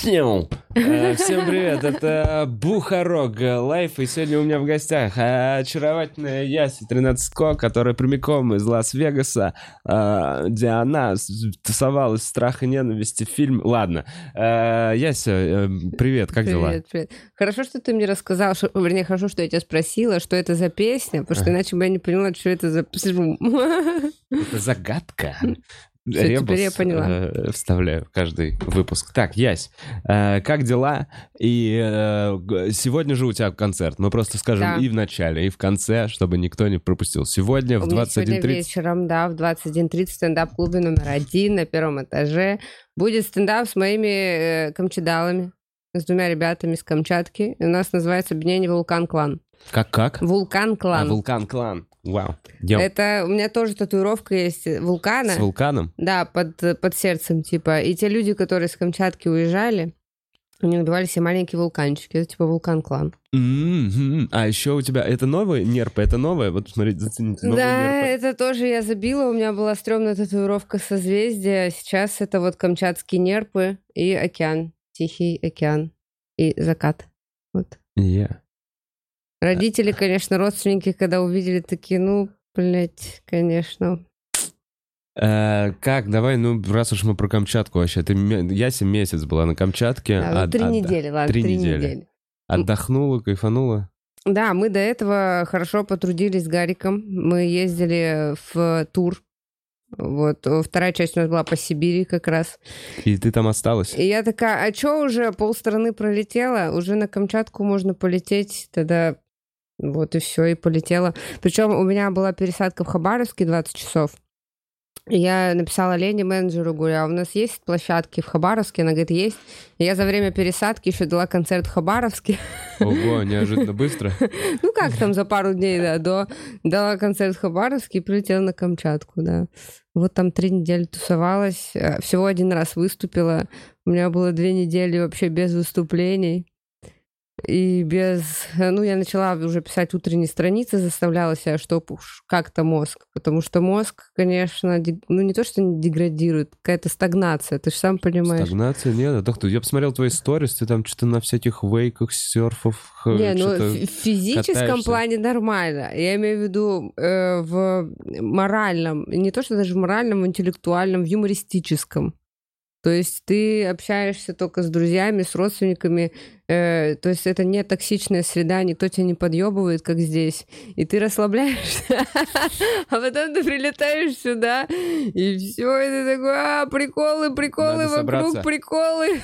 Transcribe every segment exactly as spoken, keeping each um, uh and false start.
Всем привет, это Бухарог Лайф, и сегодня у меня в гостях очаровательная Яся тринадцать ко, которая прямиком из Лас-Вегаса, где она тусовалась в «Страх и ненависти» фильм. Ладно, Яся, привет, как дела? Привет, привет. Хорошо, что ты мне рассказал, что, вернее, хорошо, что я тебя спросила, что это за песня, потому что иначе бы я не поняла, что это за... Это загадка. Все, Ребус теперь я поняла. э, вставляю в каждый выпуск. Так, Ясь, э, как дела? И э, сегодня же у тебя концерт. Мы просто скажем Да. и в начале, и в конце, чтобы никто не пропустил. Сегодня в У меня двадцать один сегодня тридцать. вечером, да, в двадцать один тридцать в стендап-клубе номер один на первом этаже будет стендап с моими э, камчедалами, с двумя ребятами из Камчатки. И у нас называется объединение «Вулкан-клан». Как-как? «Вулкан-клан». А, Вулкан-клан. Вау. Идем. Это у меня тоже татуировка есть вулкана. С вулканом? Да, под, под сердцем, типа. И те люди, которые с Камчатки уезжали, они набивали себе маленькие вулканчики. Это типа вулкан-клан. М-м-м. А еще у тебя... Это новые нерпы? Это новое? Вот смотрите, зацените. Новые Да, нерпы. это тоже я забила. У меня была стрёмная татуировка созвездия. Сейчас это вот камчатские нерпы и океан. Тихий океан. И закат. Вот. Yeah. Родители, конечно, родственники, когда увидели, такие, ну, блядь, конечно. Э, как, давай, ну, раз уж мы про Камчатку вообще. Ты, ме- Яся месяц была на Камчатке. Да, ну, а- три а- недели, ладно, три три недели. недели. Отдохнула, кайфанула? Да, мы до этого хорошо потрудились с Гариком. Мы ездили в тур. Вот, вторая часть у нас была по Сибири как раз. И ты там осталась? И я такая, а чё уже, полстраны пролетела? Уже на Камчатку можно полететь. Тогда вот и все, и полетела. Причем у меня была пересадка в Хабаровске двадцать часов. И я написала Лене, менеджеру, говорю, а у нас есть площадки в Хабаровске? Она говорит, есть. И я за время пересадки еще дала концерт в Хабаровске. Ого, неожиданно быстро. Ну как там за пару дней, да, до дала концерт в Хабаровске и прилетела на Камчатку, да. Вот там три недели тусовалась, всего один раз выступила. У меня было две недели вообще без выступлений. И без... Ну, я начала уже писать утренние страницы, заставляла себя, чтоб уж как-то мозг. Потому что мозг, конечно, дег... ну, не то, что не деградирует, какая-то стагнация, ты же сам понимаешь. Стагнация? Нет, да, кто? Я посмотрел твои сторис, ты там что-то на всяких вейках, серфах, Не, ну что-то в физическом катаешься. плане нормально. Я имею в виду э, в моральном, не то, что даже в моральном, в интеллектуальном, в юмористическом. То есть ты общаешься только с друзьями, с родственниками, э, то есть это не токсичная среда, никто тебя не подъебывает, как здесь, и ты расслабляешься, а потом ты прилетаешь сюда, и все, и ты такой, а, приколы, приколы, Надо собраться. вокруг приколы.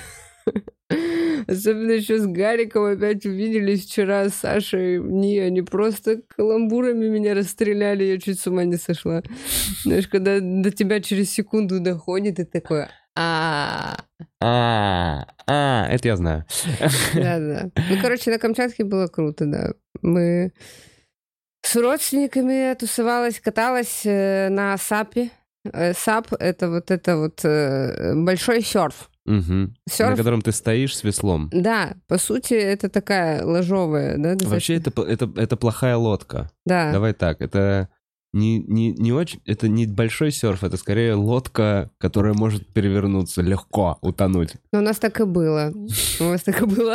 Особенно еще с Гариком опять увиделись вчера с Сашей. Не, они просто каламбурами меня расстреляли, я чуть с ума не сошла. Знаешь, когда до тебя через секунду доходит, и такое... А, А, а, это я знаю. да-да. Ну, короче, на Камчатке было круто, да. Мы с родственниками тусовалась, каталась э, на сапе. Э, Сап — это вот это вот э, большой серф. Мгм. Серф. На котором ты стоишь с веслом. Да, по сути, это такая ложовая, да? Вообще, это, п- это, это плохая лодка. Да. Давай так, это не, не, не очень, это не большой серф, это скорее лодка, которая может перевернуться, легко утонуть. Но у нас так и было. У нас так и было.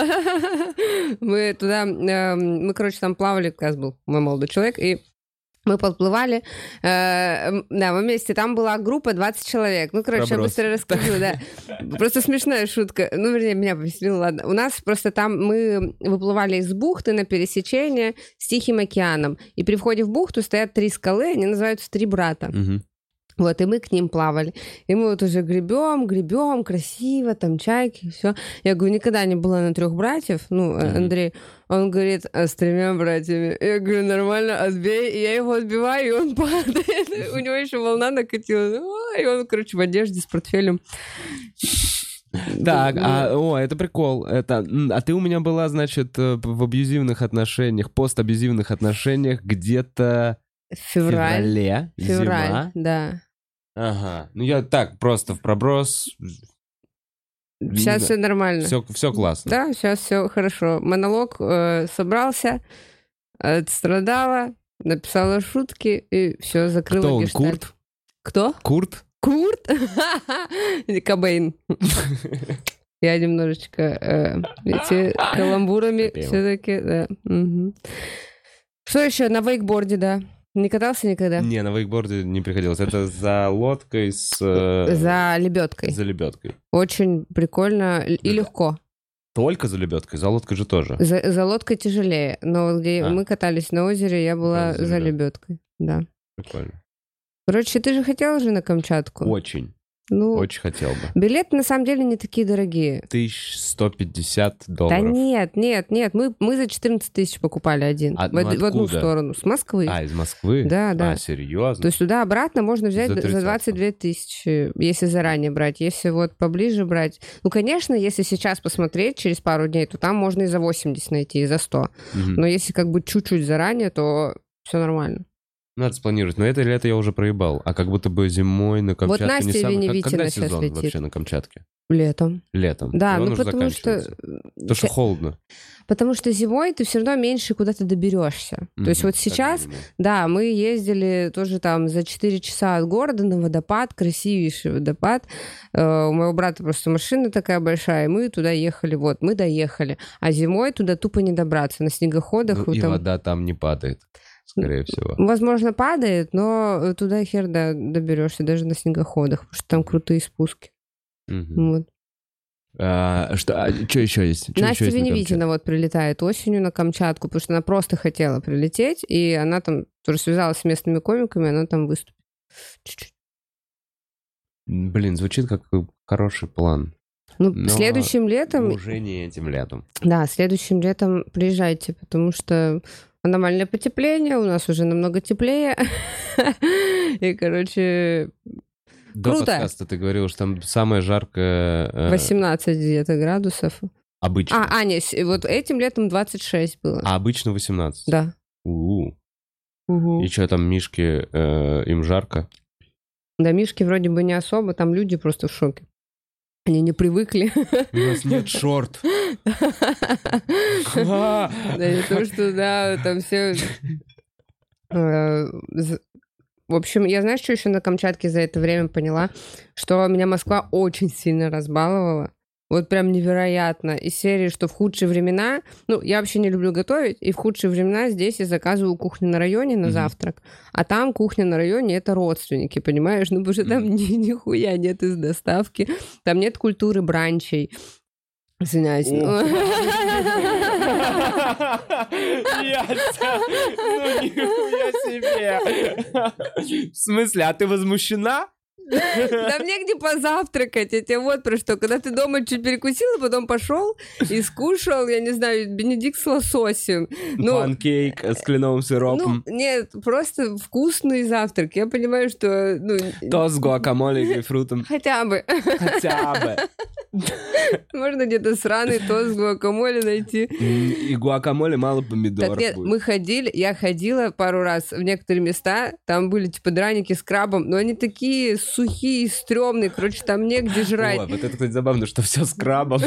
Мы туда, э, мы, короче, там плавали, как раз был мой молодой человек, и мы подплывали, э, да, мы вместе, там была группа двадцать человек. Ну, короче, я Проброс. быстро расскажу, да. Просто смешная шутка. Ну, вернее, меня повеселила, ладно. У нас просто там мы выплывали из бухты на пересечение с Тихим океаном. И при входе в бухту стоят три скалы, они называются «Три брата». Мгм. Вот, и мы к ним плавали. И мы вот уже гребем, гребем, красиво, там чайки, все. Я говорю, никогда не была на трех братьев, ну, Мгм. Андрей. Он говорит, а с тремя братьями? Я говорю, нормально, отбей. И я его отбиваю, и он падает. У него еще волна накатилась. И он, короче, в одежде с портфелем. Так, Ну, а, о, это прикол. Это, м, а ты у меня была, значит, э, в абьюзивных отношениях, постабьюзивных отношениях где-то в Февраль. феврале, Февраль, зима. да. Ага. Ну, я так, просто в проброс. Сейчас все нормально. Все, все классно. Да, сейчас все хорошо. Монолог э, собрался, отстрадала, написала шутки, и все, закрыла Кто он, гештальт. Курт? Кто? Курт? Курт? Или Кобейн. Я немножечко э, эти каламбурами все-таки, да. Угу. Что еще? На вейкборде, да. Не катался никогда? Не, на вейкборде не приходилось. Это за лодкой с... За лебедкой. За лебедкой. Очень прикольно и легко. Только за лебедкой? За лодкой же тоже. За, за лодкой тяжелее. Но где а. мы катались на озере, я была за, за лебедкой. Да. Прикольно. Короче, ты же хотел же на Камчатку? Очень. Ну, очень хотел бы. Билеты на самом деле не такие дорогие. тысяча сто пятьдесят долларов. Да нет, нет, нет. Мы, мы за четырнадцать тысяч покупали один. А, в, ну, в одну сторону. С Москвы. А, из Москвы? Да, да. А, серьезно? То есть туда-обратно можно взять за, за двадцать две тысячи, если заранее брать. Если вот поближе брать. Ну, конечно, если сейчас посмотреть через пару дней, то там можно и за восемьдесят найти, и за сто. Угу. Но если как бы чуть-чуть заранее, то все нормально. Надо спланировать. Но это лето я уже проебал. А как будто бы зимой на Камчатке вот Настя не самое... Веневитина Когда сейчас сезон летит. вообще на Камчатке? Летом. Летом. Да, и он ну уже потому что... Потому что холодно. Потому что зимой ты все равно меньше куда-то доберешься. Mm-hmm. То есть вот сейчас, да, мы ездили тоже там за четыре часа от города на водопад, красивейший водопад. Uh, у моего брата просто машина такая большая, и мы туда ехали. Вот, мы доехали. А зимой туда тупо не добраться. На снегоходах... Ну, и там... вода там не падает. Скорее всего. Возможно, падает, но туда хер да, доберешься, даже на снегоходах, потому что там крутые спуски. Угу. Вот. А, что, а, что еще есть? Что Настя еще Веневитина вот прилетает осенью на Камчатку, потому что она просто хотела прилететь, и она там тоже связалась с местными комиками, она там выступит. Чуть-чуть. Блин, звучит как хороший план. Ну, но следующим летом... Уже не этим летом. Да, следующим летом приезжайте, потому что аномальное потепление, у нас уже намного теплее. И, короче, до круто. Подкаста ты говорил, что там самое жаркое... Э... восемнадцать где-то градусов. Обычно. А, а, нет, вот этим летом двадцать шесть было. А обычно восемнадцать? Да. У-у. Угу. И что там, мишки, э, им жарко? Да, мишки вроде бы не особо, там люди просто в шоке. Они не привыкли. У нас нет шорт. Да, не то, что, да, там все... В общем, я, знаешь, что еще на Камчатке за это время поняла? Что меня Москва очень сильно разбаловала. Вот прям невероятно. Из серии, что в худшие времена... Ну, я вообще не люблю готовить, и в худшие времена здесь я заказываю кухню на районе на mm-hmm. завтрак, а там кухня на районе — это родственники, понимаешь? Ну, потому что там ни, нихуя нет из доставки, там нет культуры бранчей. Извиняюсь. Ну, нихуя себе. В смысле, а ты возмущена? Да мне где позавтракать, я тебе вот про что. Когда ты дома чуть перекусил, и потом пошел и скушал, я не знаю, бенедикт с лососем. Ну, панкейк с кленовым сиропом. Ну, нет, просто вкусный завтрак. Я понимаю, что... Ну, тост с гуакамоле и грейпфрутом. Хотя бы. Хотя бы. Можно где-то сраный тост с гуакамоле найти. И гуакамоле мало помидоров. Так нет, будет. мы ходили, я ходила пару раз в некоторые места, там были типа драники с крабом, но они такие сухие, стрёмные, короче, там негде жрать. О, вот это, кстати, забавно, что все с крабом.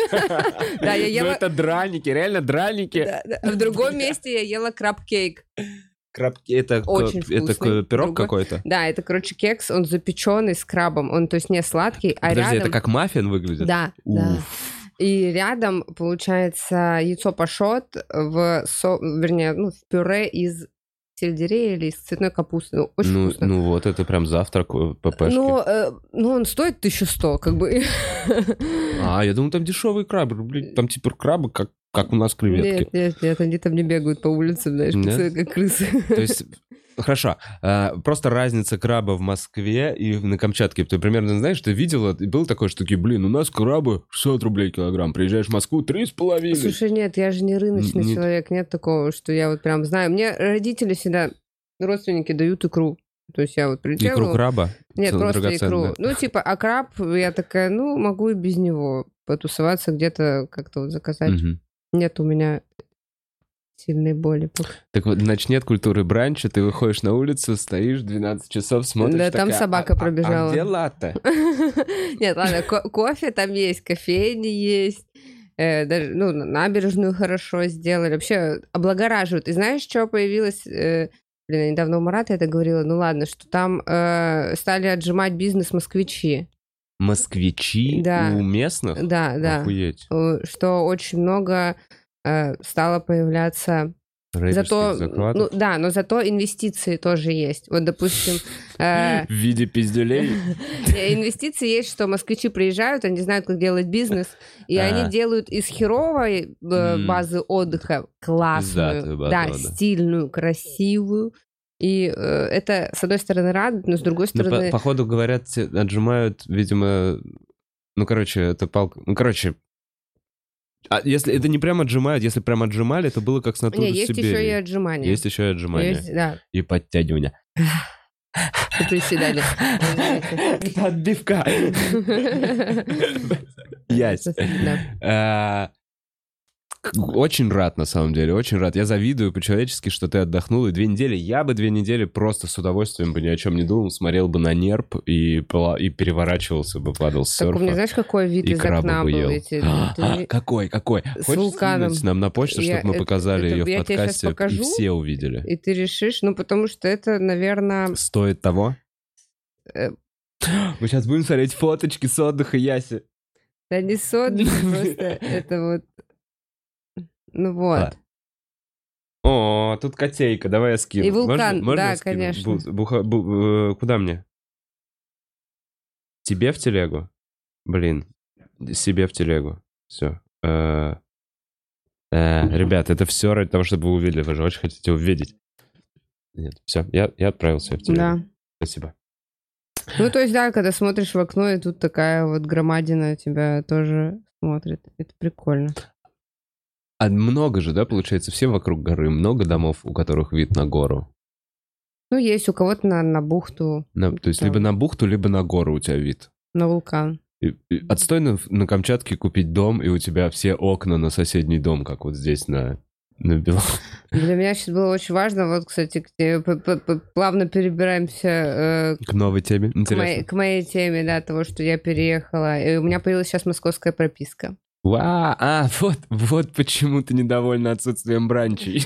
Да, я ела... Ну это драники, реально драники. В другом месте я ела краб-кейк. Крабки, это, очень это вкусный. пирог Другой. какой-то? Да, это, короче, кекс, он запеченный с крабом, он, то есть, не сладкий, а Подожди, рядом... это как маффин выглядит? Да, Уф. да. И рядом, получается, яйцо пашот в, со... вернее, ну, в пюре из сельдерея или из цветной капусты. Ну, очень ну, вкусно. Ну, вот это прям завтрак ППшки. Ну, э, ну, он стоит тысячу сто, как бы. А, я думал, там дешевые крабы. Блин, там типа крабы, как, как у нас креветки. Нет, нет, нет, они там не бегают по улицам, знаешь, нет? как крысы. То есть... Хорошо. А, просто разница краба в Москве и на Камчатке. Ты примерно знаешь, ты видела, был такой, что такие, блин, у нас крабы шестьсот рублей килограмм. Приезжаешь в Москву, три с половиной. Слушай, нет, я же не рыночный нет. человек, нет такого, что я вот прям знаю. Мне родители всегда, родственники дают икру. То есть я вот прилетела... Икру краба? Нет, просто икру. Ну, типа, а краб, я такая, ну, могу и без него потусоваться где-то, как-то вот заказать. Угу. Нет у меня... сильной боли. Так вот, значит, нет культуры бранча, ты выходишь на улицу, стоишь двенадцать часов, смотришь, да, такая, там собака а, пробежала. А, а где латте? Нет, ладно, кофе там есть, кофейни есть, даже, ну, набережную хорошо сделали, вообще облагораживают. И знаешь, что появилось... Блин, я недавно у Марата это говорила, ну ладно, что там стали отжимать бизнес москвичи. Москвичи Да. у местных? Да, да. Охуеть. Э, Что очень много э, стало появляться... Рэперских Зато, захватов. ну да, но зато инвестиции тоже есть. Вот, допустим, э, В виде пиздюлей? инвестиции есть, что москвичи приезжают, они знают, как делать бизнес, и А. они делают из херовой э, М. базы отдыха классную, Пиздатую базу да, отдыха. стильную, красивую. И э, это, с одной стороны, радует, но с другой Ну, по- стороны... походу, говорят, те- отжимают, видимо... Ну, короче, это палка... Ну, короче... А если это не прям отжимают, если прям отжимали, то было как с натуры Не, есть еще и Сибири. отжимания. Есть еще и отжимания. Есть, да, И подтягивания. и приседания. Это отбивка. Ясь. Да. А, к- Очень рад, на самом деле, очень рад. Я завидую по-человечески, что ты отдохнул. И две недели, я бы две недели просто с удовольствием бы ни о чем не думал, смотрел бы на нерп и, пла- и переворачивался бы, падал с Так у меня, серфа. знаешь, какой вид И из краба окна бы был? ел. Эти- А, ты а, не- какой, какой? С Хочешь вулканом. скинуть нам на почту, Я- чтобы мы это- показали это ее в я тебе щас подкасте, и покажу. все увидели? И ты решишь, ну, потому что это, наверное... Стоит того? Э. Мы сейчас будем смотреть фоточки с отдыха Яси. Да не сотни, просто это вот... Ну вот. Ладно. О, тут котейка, давай я скину. И вулкан, Можно- можно да, я скину? конечно. Бу- буха- бу- э, куда мне? Тебе в телегу? Блин, себе в телегу. Все. Ребят, это все ради того, чтобы вы увидели. Вы же очень хотите увидеть. Нет, все, я, я отправился в телегу. Да. Спасибо. Ну, то есть, да, когда смотришь в окно, и тут такая вот громадина тебя тоже смотрит. Это прикольно. А много же, да, получается, все вокруг горы, много домов, у которых вид на гору. Ну, есть у кого-то на, на бухту, На- то есть Да. либо на бухту, либо на гору у тебя вид. на вулкан. И- и отстойно на Камчатке купить дом, и у тебя все окна на соседний дом, как вот здесь на, на Белом. Для меня сейчас было очень важно, вот, кстати, где п- п- п- плавно перебираемся э, К новой теме. к, моей, Интересно. к моей теме, да, того, что я переехала. И у меня появилась сейчас московская прописка. Ва, а, вот, вот почему ты недовольна отсутствием бранчей.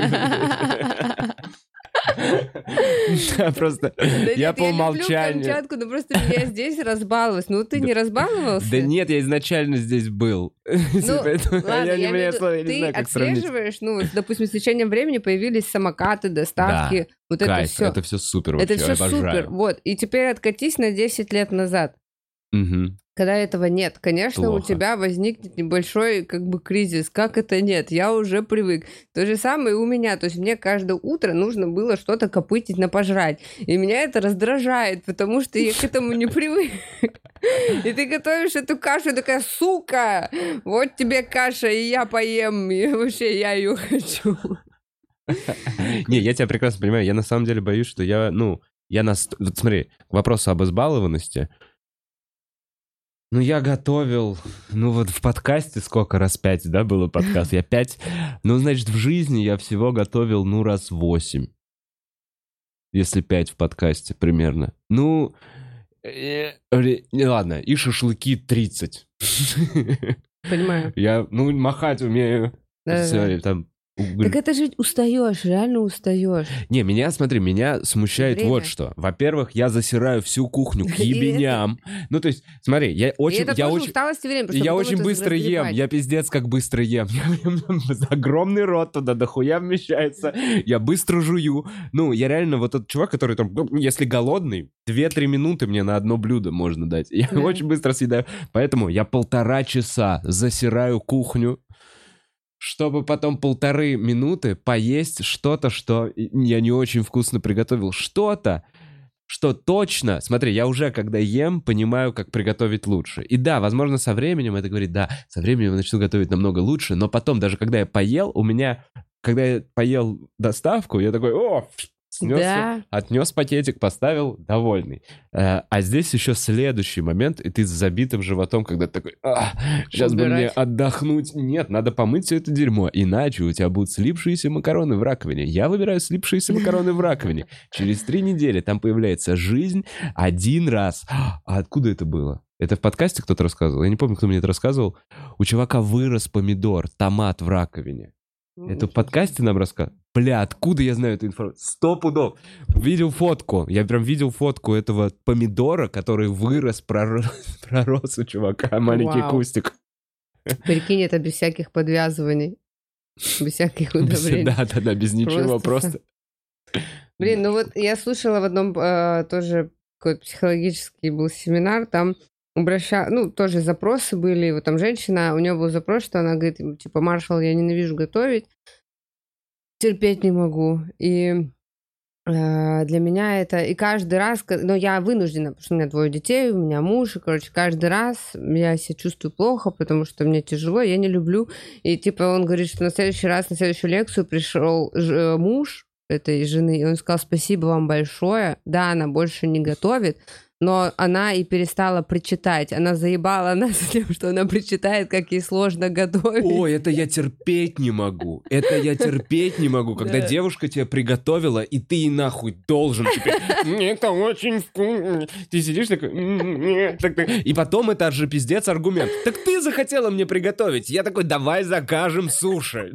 Да, просто Да я нет, по люблю умолчанию. Камчатку, но просто я здесь разбаловалась. Ну, ты не разбаловался? Да нет, я изначально здесь был. Ну, Поэтому ладно, я не я имею в я виду, не ты знаю, как сравнить. отслеживаешь, ну, вот, допустим, с течением времени появились самокаты, доставки, вот это Кайф, все. это все супер Это вообще, все обожаю. супер. Вот. И теперь откатись на десять лет назад. Мгм. Когда этого нет, конечно, Плохо. у тебя возникнет небольшой как бы кризис. Как это нет? Я уже привык. То же самое и у меня. То есть мне каждое утро нужно было что-то копытить на пожрать. И меня это раздражает, потому что я к этому не привык. И ты готовишь эту кашу, и такая, сука, вот тебе каша, и я поем, и вообще я ее хочу. Не, я тебя прекрасно понимаю. Я на самом деле боюсь, что я, ну, я нас... Вот смотри, к вопросу об избалованности. Ну, я готовил, ну, вот в подкасте сколько раз пять, да, было подкаст? Я пять, ну, значит, в жизни я всего готовил, ну, раз восемь. Если пять в подкасте примерно. Ну, э, ре- не, ладно, и шашлыки тридцать. Понимаю. Я, ну, махать умею. Да-да-да. Всё, и там... уголь- Так это же устаешь, реально устаешь. Не, меня, смотри, меня смущает Время. вот что. Во-первых, я засираю всю кухню к И это- ебеням. Ну, то есть, смотри, я очень... И это я тоже очень... усталость и время. потому что Я потом очень это быстро ем, разгребать. я пиздец как быстро ем. Огромный рот туда дохуя вмещается. Я быстро жую. Ну, я реально вот тот чувак, который там, ну, если голодный, две-три минуты мне на одно блюдо можно дать. Я Да. очень быстро съедаю. Поэтому я полтора часа засираю кухню, чтобы потом полторы минуты поесть что-то, что я не очень вкусно приготовил. Что-то, что точно... Смотри, я уже, когда ем, понимаю, как приготовить лучше. И да, возможно, со временем это говорит, да, со временем я начну готовить намного лучше, но потом, даже когда я поел, у меня... Когда я поел доставку, я такой, о, снес, Да. отнес пакетик, поставил, довольный. Э, А здесь еще следующий момент, и ты с забитым животом, когда ты такой, «А, сейчас бы мне Убирать. отдохнуть. Нет, надо помыть все это дерьмо, иначе у тебя будут слипшиеся макароны в раковине. Я выбираю слипшиеся макароны в раковине. Через три недели там появляется жизнь один раз. А откуда это было? Это в подкасте кто-то рассказывал? Я не помню, кто мне это рассказывал. У чувака вырос помидор, томат в раковине. Это в подкасте нам рассказывали? Бля, откуда я знаю эту информацию? Сто пудов. Видел фотку. Я прям видел фотку этого помидора, который вырос, пророс, пророс у чувака. Маленький Вау. кустик. Прикинь, это без всяких подвязываний. Без всяких удобрений. Да-да-да, без ничего, просто... Блин, ну вот я слушала в одном э, тоже какой-то психологический был семинар, там обраща... ну, тоже запросы были, вот там женщина, у нее был запрос, что она говорит, типа, маршал, я ненавижу готовить, терпеть не могу, и э, для меня это, и каждый раз, но я вынуждена, потому что у меня двое детей, у меня муж, и, короче, каждый раз я себя чувствую плохо, потому что мне тяжело, я не люблю, и, типа, он говорит, что на следующий раз, на следующую лекцию пришел ж- муж этой жены, и он сказал, спасибо вам большое, да, она больше не готовит, но она и перестала причитать. Она заебала нас тем, что она причитает, как ей сложно готовить. Ой, это я терпеть не могу. Это я терпеть не могу, когда Да. девушка тебя приготовила, и ты ей нахуй должен теперь. Это очень вкусно. Ты сидишь такой... «М-м-м». Так ты- И потом это же пиздец аргумент. Так ты захотела мне приготовить. Я такой, давай закажем суши.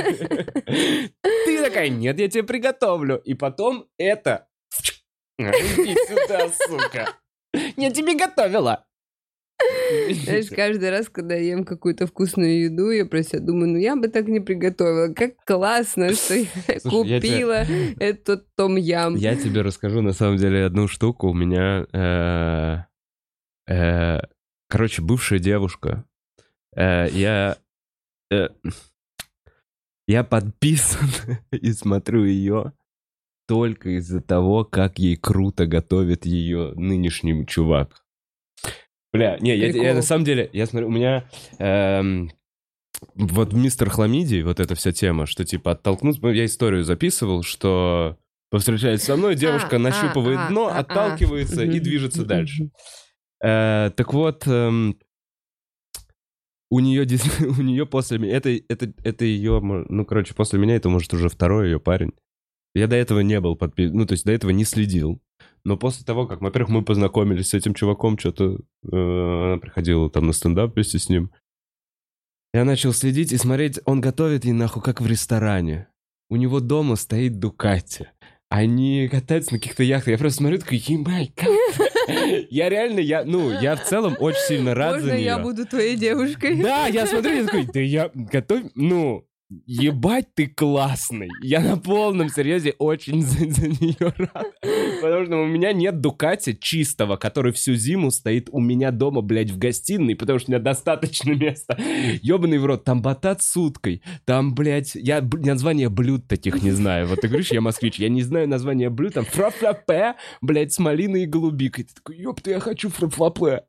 Ты такая, нет, я тебе приготовлю. И потом это... Иди сюда, сука. Я тебе готовила. Знаешь, каждый раз, когда я ем какую-то вкусную еду, я про себя думаю, ну я бы так не приготовила. Как классно, что я Слушай, я купила этот том-ям. Я тебе расскажу, на самом деле, одну штуку. У меня, э, э, короче, бывшая девушка. Э, я, э, я подписан и смотрю ее только из-за того, как ей круто готовит ее нынешний чувак. Бля, не, я, я на самом деле, я смотрю, у меня... эм, вот мистер Хламидий, вот эта вся тема, что типа оттолкнуться... Я историю записывал, что повстречается со мной, девушка А, нащупывает а, дно, а, а, отталкивается а. и Мгм. движется Мгм. дальше. Э, так вот, эм, у нее, у нее после меня... Это, это, это ее... Ну, короче, после меня это, может, уже второй ее парень. Я до этого не был подписан... Ну, то есть до этого не следил. Но после того, как, во-первых, мы познакомились с этим чуваком, что-то... э, она приходила там на стендап вместе с ним. Я начал следить и смотреть, он готовит ей нахуй как в ресторане. У него дома стоит Дукати. Они катаются на каких-то яхтах. Я просто смотрю, такой, ебать, как... Я реально, я, ну, я в целом очень сильно рад Можно за нее. я буду твоей девушкой? Да, я смотрю, я такой, да я готов... Ну, ебать, ты классный. Я на полном серьезе очень за, за нее рад. Потому что у меня нет Дукати чистого, который всю зиму стоит у меня дома, блядь, в гостиной, потому что у меня достаточно места. Ёбаный в рот, там батат с уткой, там, блядь, я б- название блюд таких не знаю. Вот ты говоришь, я москвич, я не знаю название блюд, там фрафлапе, блядь, с малиной и голубикой. Ты такой, ёпта, я хочу фрафлапе.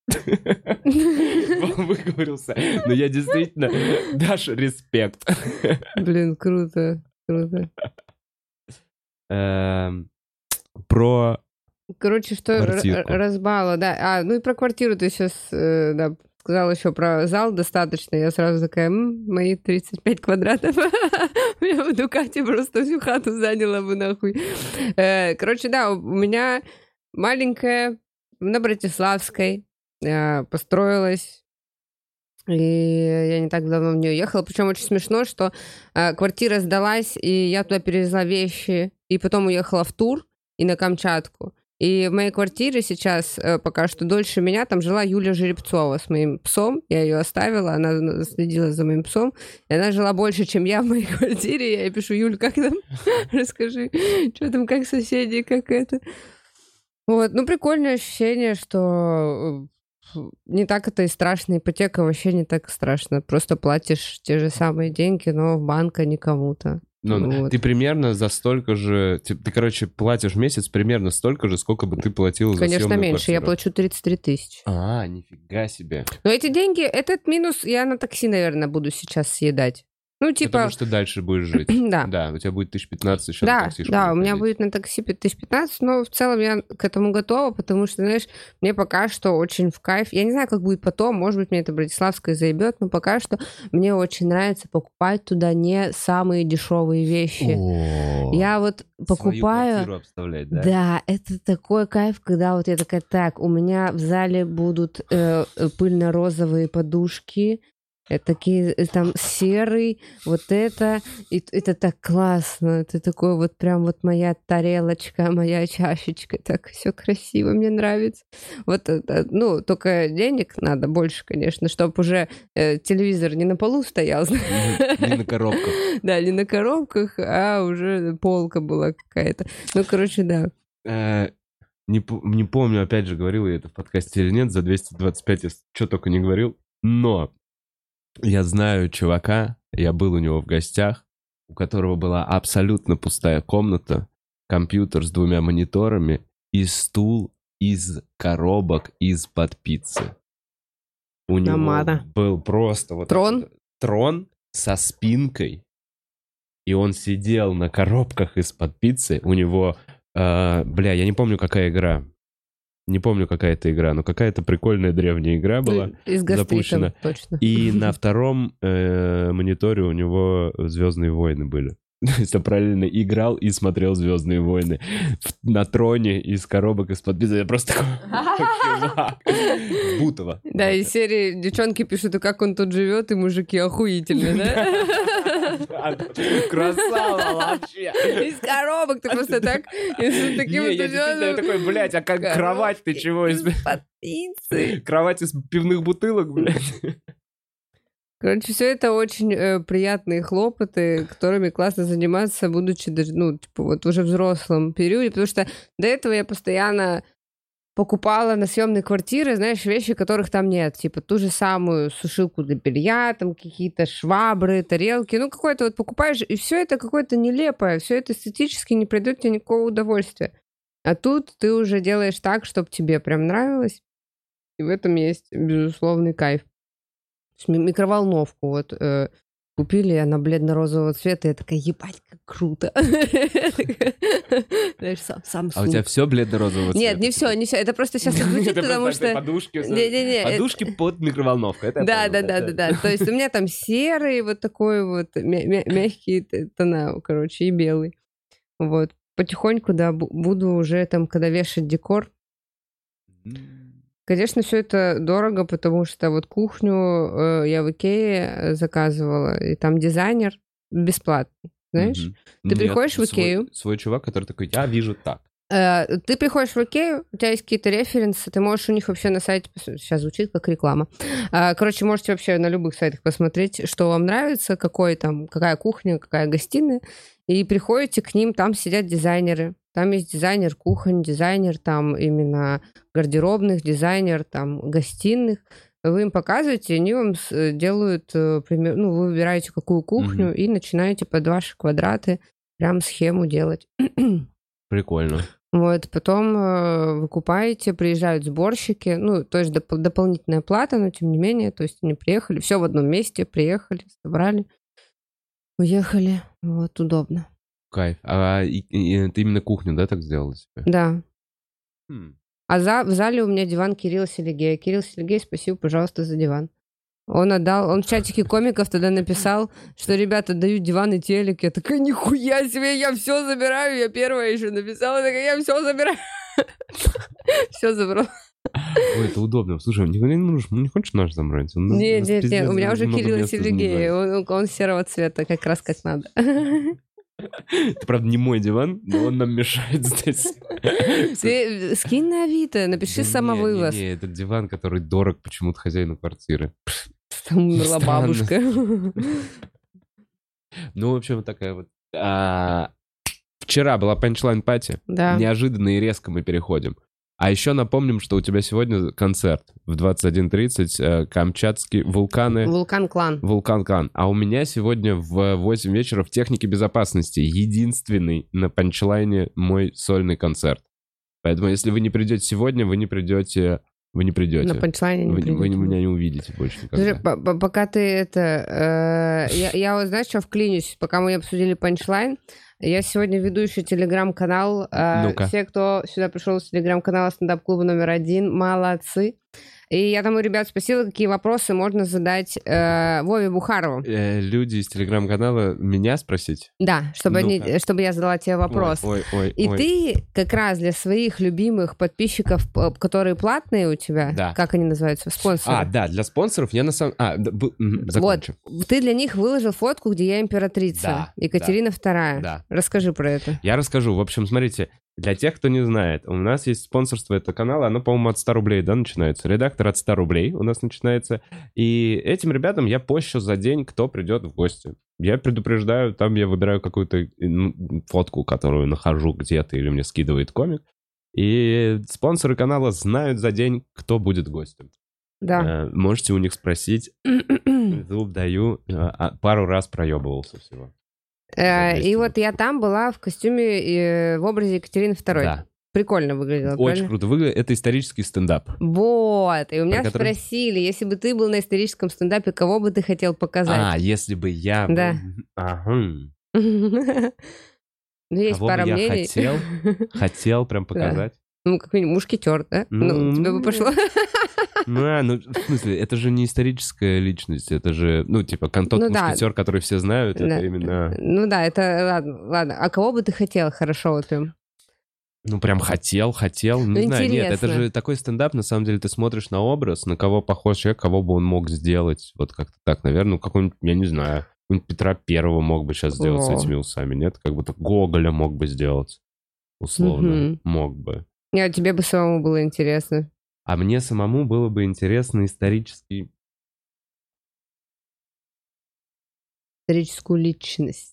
Выговорился. Но я действительно, Даша, респект. Блин, круто, круто. Эм, Про... Короче, что р- Квартирку. р- разбала, да. А, ну и про квартиру ты сейчас, э, да, сказала еще про зал достаточно. Я сразу такая, «М, мои тридцать пять квадратов. У меня в Дукате просто всю хату заняла бы нахуй. Э, Короче, да, у меня маленькая на Братиславской э, построилась. И я не так давно в нее ехала. Причем очень смешно, что э, квартира сдалась, и я туда перевезла вещи, и потом уехала в тур и на Камчатку. И в моей квартире сейчас э, пока что дольше меня там жила Юля Жеребцова с моим псом. Я ее оставила, она следила за моим псом. И она жила больше, чем я в моей квартире. Я ей пишу, Юль, как там? Расскажи, что там, как соседи, как это? Вот, ну прикольное ощущение, что э, не так это и страшно. Ипотека вообще не так страшно. Просто платишь те же самые деньги, но в банк, а не кому-то. Ну, Вот. ты примерно за столько же... Ты, ты, короче, платишь в месяц примерно столько же, сколько бы ты платил за Конечно, съемную меньше. Я квартиру. плачу тридцать три тысячи. А, нифига себе. Но эти деньги, этот минус я на такси, наверное, буду сейчас съедать. Ну, типа... Потому что дальше будешь жить. Да. Да, у тебя будет тысяч пятнадцать еще на Да, таксишку да, у меня выходить. будет на такси пять тысяч пятнадцать, но в целом я к этому готова, потому что, знаешь, мне пока что очень в кайф. Я не знаю, как будет потом, может быть, мне это Братиславская заебет, но пока что мне очень нравится покупать туда не самые дешевые вещи. О, Я вот свою покупаю... квартиру обставлять, да? Да, это такой кайф, когда вот я такая, так, у меня в зале будут э, э, пыльно-розовые подушки, такие там серый, вот это, и это так классно, это такой вот прям вот моя тарелочка, моя чашечка, так все красиво, мне нравится. Вот, ну, только денег надо больше, конечно, чтобы уже э, телевизор не на полу стоял. Не на коробках. Да, не на коробках, а уже полка была какая-то. Ну, короче, да. Не, не помню, опять же, говорил я это в подкасте или нет, за двести двадцать пять я что только не говорил, но я знаю чувака, я был у него в гостях, у которого была абсолютно пустая комната, компьютер с двумя мониторами и стул из коробок из-под пиццы. У него Намада. был просто вот трон? Этот, трон со спинкой, и он сидел на коробках из-под пиццы, у него... Uh, бля, я не помню, какая игра. Не помню, какая это игра, но какая-то прикольная древняя игра была Из запущена. Точно. И на втором э, мониторе у него «Звездные войны» были. То есть он параллельно играл и смотрел «Звездные войны» на троне из коробок из-под пиццы. Я просто такой... Бутово. Да, из серии девчонки пишут, как он тут живет, и мужики охуительные, да? Красава вообще. Из коробок ты просто так... Не, я действительно такой, блядь, а как кровать ты чего? Из-под пиццы. Кровать из пивных бутылок, блядь. Короче, все это очень э, приятные хлопоты, которыми классно заниматься, будучи даже, ну, типа, вот уже в взрослом периоде, потому что до этого я постоянно покупала на съемные квартиры, знаешь, вещи, которых там нет, типа ту же самую сушилку для белья, там какие-то швабры, тарелки, ну, какое-то вот покупаешь, и все это какое-то нелепое, все это эстетически не придает тебе никакого удовольствия. А тут ты уже делаешь так, чтобы тебе прям нравилось, и в этом есть безусловный кайф. Микроволновку вот э, купили, она бледно-розового цвета, я такая, ебать, как круто. Знаешь, Samsung. А у тебя все бледно-розового цвета? Нет, не все, не все. Это просто сейчас звучит, потому что... Подушки под микроволновку. Да, да, да, да, да. То есть у меня там серый, вот такой вот мягкий тона, короче, и белый. Вот. Потихоньку, да, буду уже там, когда вешать декор. Конечно, все это дорого, потому что вот кухню э, я в Икее заказывала, и там дизайнер бесплатный, знаешь? Mm-hmm. Ты Нет, приходишь в Икею... Свой, свой чувак, который такой, я вижу так. Э, ты приходишь в Икею, у тебя есть какие-то референсы, ты можешь у них вообще на сайте... Сейчас звучит как реклама. Э, короче, можете вообще на любых сайтах посмотреть, что вам нравится, какой там, какая кухня, какая гостиная, и приходите к ним, там сидят дизайнеры. Там есть дизайнер кухонь, дизайнер там именно гардеробных, дизайнер там гостиных. Вы им показываете, они вам делают, пример, ну, вы выбираете какую кухню mm-hmm. и начинаете под ваши квадраты прям схему делать. Прикольно. Вот, потом э, вы купаете, приезжают сборщики, ну, то есть доп- дополнительная плата, но тем не менее, то есть они приехали, все в одном месте, приехали, собрали, уехали, вот, удобно. Кайф. А и, и, ты именно кухню, да, так сделала себе? Да. Хм. А за, в зале у меня диван Кирилла Селигея. Кирилл Селигей, спасибо, пожалуйста, за диван. Он отдал, он в чатике комиков тогда написал, что ребята дают диван и телек. Я такая, нихуя себе, я все забираю. Я первая еще написала, такая, я все забираю. Все забрал. Ой, это удобно. Слушай, не, не, не хочешь наш забрать? Нет, нет, нет, у меня уже Кирилл Селигей. Он, он серого цвета, как раз как надо. Это, правда, не мой диван, но он нам мешает здесь. Ты скинь на Авито, напиши да самовывоз. Не, не, не, это диван, который дорог почему-то хозяину квартиры. Там умерла бабушка. Ну, в общем, такая вот... А, вчера была панчлайн-пати. Да. Неожиданно и резко мы переходим. А еще напомним, что у тебя сегодня концерт в двадцать один тридцать, э, Камчатские вулканы. Вулкан-клан. Вулкан-клан. А у меня сегодня в восемь вечера в технике безопасности единственный на панчлайне мой сольный концерт. Поэтому если вы не придете сегодня, вы не придете... Вы не придете. На панчлайне не вы, придете. Вы меня не увидите больше никогда. Слушай, пока ты это... Э, я, я вот, знаешь, что вклинюсь? Пока мы обсудили панчлайн, Я сегодня веду еще телеграм-канал. Ну-ка. Все, кто сюда пришел с телеграм-канала стендап-клуба номер один, молодцы. И я там у ребят спросила, какие вопросы можно задать э, Вове Бухарову. Э, люди из телеграм-канала меня спросить? Да, чтобы, они, чтобы я задала тебе вопрос. Ой, ой, ой, И ой. ты как раз для своих любимых подписчиков, которые платные у тебя, да. как они называются, спонсоры? А, да, для спонсоров я на самом... А, да, б... закончу. Вот, ты для них выложил фотку, где я императрица, да, Екатерина да, вторая. Да. Расскажи про это. Я расскажу. В общем, смотрите, для тех, кто не знает, у нас есть спонсорство этого канала, оно, по-моему, от ста рублей, да, начинается. Редактор от ста рублей у нас начинается. И этим ребятам я пощу за день, кто придет в гости. Я предупреждаю, там я выбираю какую-то ну, фотку, которую нахожу где-то или мне скидывает комик. И спонсоры канала знают за день, кто будет гостем. Да. Э, можете у них спросить. Зуб даю. Э, пару раз проебывался всего. И вот я там была в костюме и в образе Екатерины второй. Да. Прикольно выглядело, Очень правильно? круто выглядит. Это исторический стендап. Вот. И у меня который... спросили, если бы ты был на историческом стендапе, кого бы ты хотел показать? А, если бы я был... Да. Ага. Ну, есть кого пара бы я мнений. хотел, хотел прям показать. Ну, как минимум, мушкетер, да? Ну, ну тебе бы пошло. Ну, а, ну, в смысле, это же не историческая личность, это же, ну, типа, тот ну, мушкетер, да. который все знают, да. это именно... Ну да, это, ладно, ладно. А кого бы ты хотел хорошо вот прям? Ну, прям хотел, хотел, не ну, знаю, интересно. нет, это же такой стендап, на самом деле, ты смотришь на образ, на кого похож человек, кого бы он мог сделать, вот как-то так, наверное, ну, какой-нибудь, я не знаю, Петра Первого мог бы сейчас сделать О. с этими усами, нет? Как будто Гоголя мог бы сделать, условно, Угу. мог бы. Нет, тебе бы самому было интересно. А мне самому было бы интересно исторический... Историческую личность.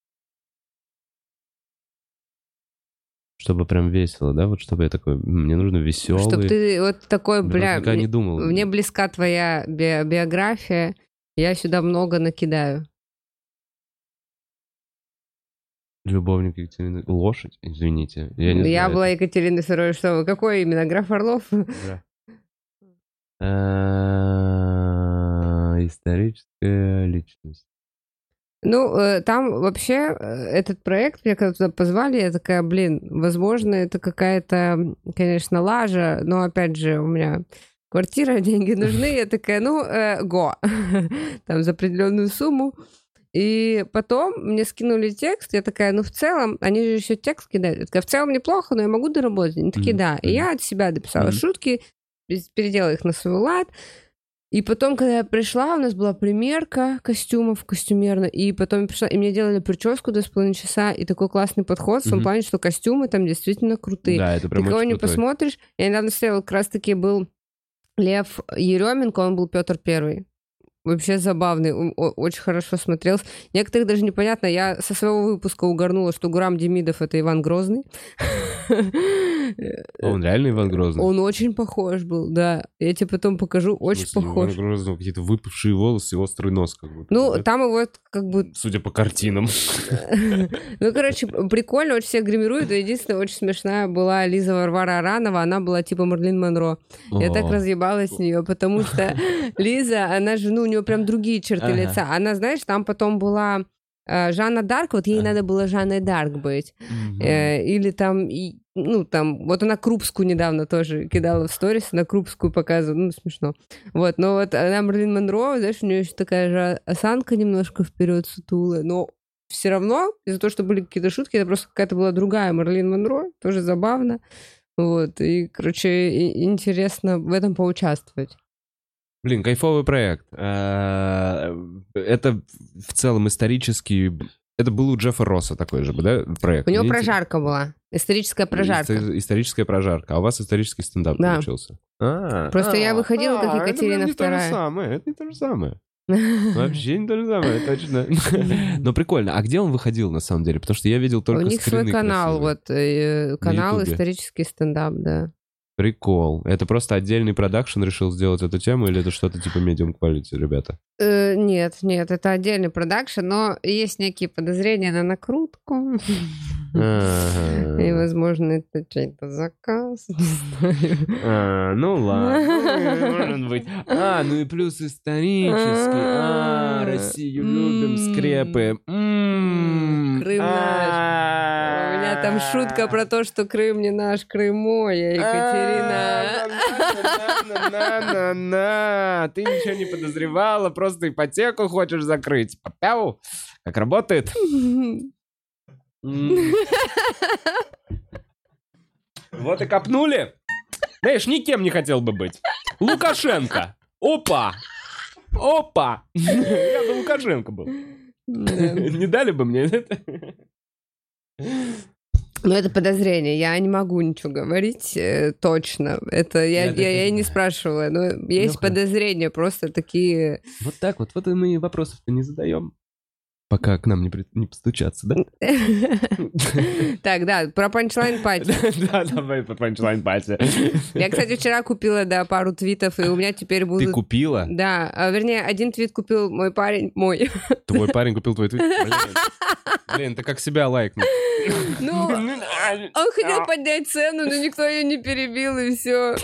Чтобы прям весело, да? Вот чтобы я такой... Мне нужно веселый... Чтобы ты вот такой, бля... Я не думал. Мне близка твоя би- биография. Я сюда много накидаю. Любовник Екатерины... Лошадь? Извините. Я, не я знаю, была это... Екатерина Второй. Что вы? Какой именно? Граф Орлов? Да. Историческая личность. Ну, там вообще этот проект, меня когда туда позвали, я такая, блин, возможно, это какая-то, конечно, лажа, но, опять же, у меня квартира, деньги нужны, я такая, ну, э, го, там за определенную сумму. И потом мне скинули текст, я такая, ну, в целом, они же еще текст кидают. Я такая, в целом неплохо, но я могу доработать. Они такие, да. И я от себя дописала mm-hmm. шутки, переделала их на свой лад. И потом, когда я пришла, у нас была примерка костюмов костюмерно, и потом я пришла, и мне делали прическу два с половиной часа, и такой классный подход в том mm-hmm. плане, что костюмы там действительно крутые. Да, это прям Ты кого не крутой. посмотришь. Я недавно смотрела, как раз-таки был Лев Еременко, он был Петр Первый. Вообще забавный, очень хорошо смотрелся. Некоторых даже непонятно. Я со своего выпуска угорнула, что Гурам Демидов — это Иван Грозный. Он реально Иван Грозный? Он очень похож был, да. Я тебе потом покажу, очень похож. Иван Грозный, какие-то выпавшие волосы и острый нос как будто. Ну, там его как бы... Судя по картинам. Ну, короче, прикольно, очень всех гримируют. Единственное, очень смешная была Лиза Варвара Аранова. Она была типа Марлин Монро. Я так разъебалась с нее, потому что Лиза, она же, ну, у нее прям другие черты ага. лица. Она, знаешь, там потом была э, Жанна Дарк, вот ей ага. надо было Жанной Дарк быть. Угу. Э, или там, и, ну, там, вот она Крупскую недавно тоже кидала в сторис, она Крупскую показывала, ну, смешно. Вот, но вот она Марлин Монро, знаешь, у нее еще такая же осанка немножко вперед сутулая, но все равно, из-за того, что были какие-то шутки, это просто какая-то была другая Марлин Монро, тоже забавно. Вот, и, короче, интересно в этом поучаствовать. Блин, кайфовый проект. Это в целом исторический... Это был у Джеффа Росса такой же, да, проект? У него Видите? прожарка была. Историческая прожарка. Исто- историческая прожарка. А у вас исторический стендап да. получился? А, Просто а, я выходила, а, как Екатерина это Вторая. Не то же самое. Это не то же самое. Вообще не то же самое, точно. Но прикольно. А где он выходил, на самом деле? Потому что я видел только скрины. У них свой канал, вот, канал исторический стендап, да. Прикол. Это просто отдельный продакшн решил сделать эту тему, или это что-то типа medium quality, ребята? Э, нет, нет, это отдельный продакшн, но есть некие подозрения на накрутку. Ага. И, возможно, это чей-то заказ, не знаю. А, ну ладно, может быть. А, ну и плюс исторический. А, Россию любим, скрепы. Крым наш. там шутка про то, что Крым не наш, Крым мой, я Екатерина. На-на-на-на-на. Ты ничего не подозревала, просто ипотеку хочешь закрыть. Папяу. Как работает? Вот и копнули. Знаешь, никем не хотел бы быть. Лукашенко. Опа. Опа. Я бы Лукашенко был. Не дали бы мне это? Ну, это подозрение. Я не могу ничего говорить э, точно. Это я, я, я, я не спрашивала. Но есть Ну-ка. подозрения, просто такие... Вот так вот. Вот и мы вопросов-то не задаем. Пока к нам не, при... не постучаться, да? Так, да, про панчлайн пати. Да, давай по панчлайн пати. Я, кстати, вчера купила, да, пару твитов, и у меня теперь будут... Ты купила? Да, а, вернее, один твит купил мой парень, мой. Твой парень купил твой твит? Блин, Блин, ты как себя лайкнул. Ну, он хотел поднять цену, но никто ее не перебил, и все.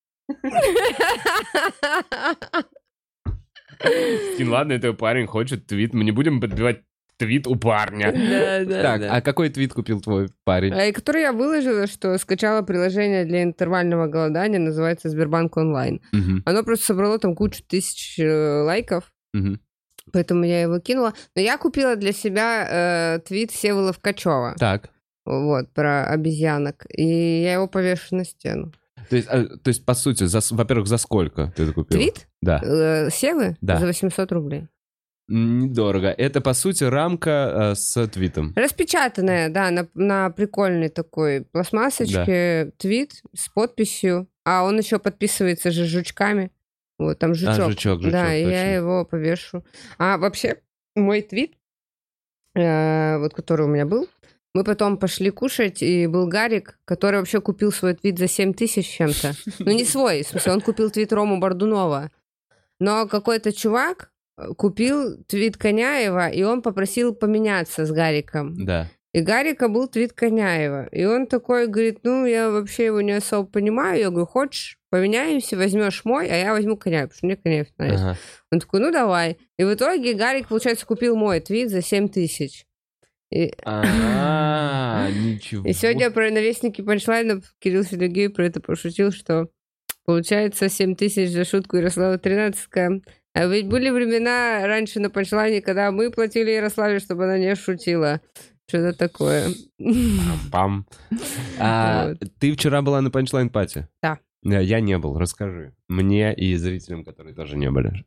Скин, ладно, это парень хочет твит. Мы не будем подбивать твит у парня. Да, да, Так, да. а какой твит купил твой парень? А, и который я выложила, что скачала приложение для интервального голодания, называется Сбербанк онлайн. Мгм, Оно просто собрало там кучу тысяч э, лайков, мгм. поэтому я его кинула. Но я купила для себя э, твит Всеволода Ткачева, Так. вот, про обезьянок, и я его повешу на стену. То есть, а, то есть по сути, за, с- во-первых, за сколько ты это купил? Твит? Да. Э, Севы? Да. За восемьсот рублей. Недорого. Это, по сути, рамка э, с твитом. Распечатанная, да, на, на прикольной такой пластмассочке твит с подписью, а он еще подписывается же жучками. Вот, там жучок. А, жучок, жучок, Да, и точно. я его повешу. А вообще, мой твит, э, вот который у меня был, мы потом пошли кушать, и был Гарик, который вообще купил свой твит за семь тысяч чем-то. Ну, не свой, в смысле, он купил твит Рому Бордунова. Но какой-то чувак купил твит Коняева, и он попросил поменяться с Гариком. Да. И Гарика был твит Коняева. И он такой говорит, ну, я вообще его не особо понимаю. Я говорю, хочешь, поменяемся, возьмешь мой, а я возьму Коняева, потому что мне Коняев нравится. Ага. Он такой, ну, давай. И в итоге Гарик, получается, купил мой твит за семь тысяч. И, А, ничего. и сегодня про навесники панчлайнов Кирилл Сергеев про это пошутил, что получается семь тысяч за шутку Ярослава тринадцатая. А ведь были времена раньше на панчлайне, когда мы платили Ярославе, чтобы она не шутила. Что-то такое. Пам. А, Вот. ты вчера была на панчлайн пати? Да. Я не был, расскажи. Мне и зрителям, которые тоже не были.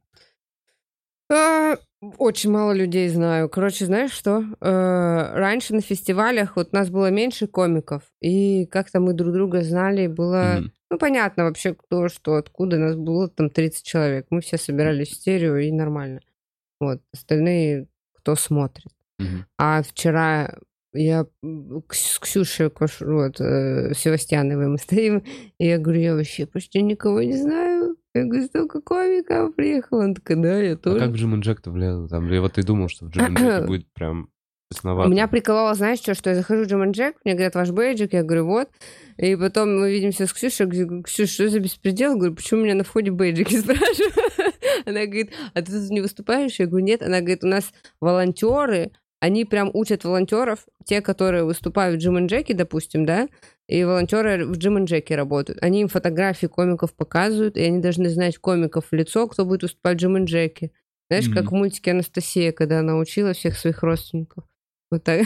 А, Очень мало людей знаю. Короче, знаешь что? Э, Раньше на фестивалях вот нас было меньше комиков, и как-то мы друг друга знали, и было... Мгм. Ну, понятно вообще, кто, что, откуда. Нас было там тридцать человек. Мы все собирались в стерео, и нормально. Вот. Остальные, кто смотрит. Мгм. А вчера я м, к- с Ксюшей Кош- вот, э, Севастьяновой мы стоим, и я говорю, я вообще почти никого не знаю. Я говорю, столько комиков приехало. Он такой, да, я А тоже. как в Джим энд Джек-то влезло? Там, или вот ты думал, что в Джим энд Джеке будет прям весновато? Меня прикололо, знаешь, что, что я захожу в Джим энд Джек, мне говорят, ваш бейджик, я говорю, вот. И потом мы видимся с Ксюшей, я говорю, Ксюша, что за беспредел? Я говорю, почему меня на входе бейджики спрашивают? Она говорит, а ты тут не выступаешь? Я говорю, нет. Она говорит, у нас волонтеры, они прям учат волонтеров, те, которые выступают в Джим энд Джеке, допустим, да, и волонтеры в Джим энд Джеке работают. Они им фотографии комиков показывают, и они должны знать комиков в лицо, кто будет выступать в Джим энд Джеке. Знаешь, Мгм. как в мультике Анастасия, когда она учила всех своих родственников. Вот так.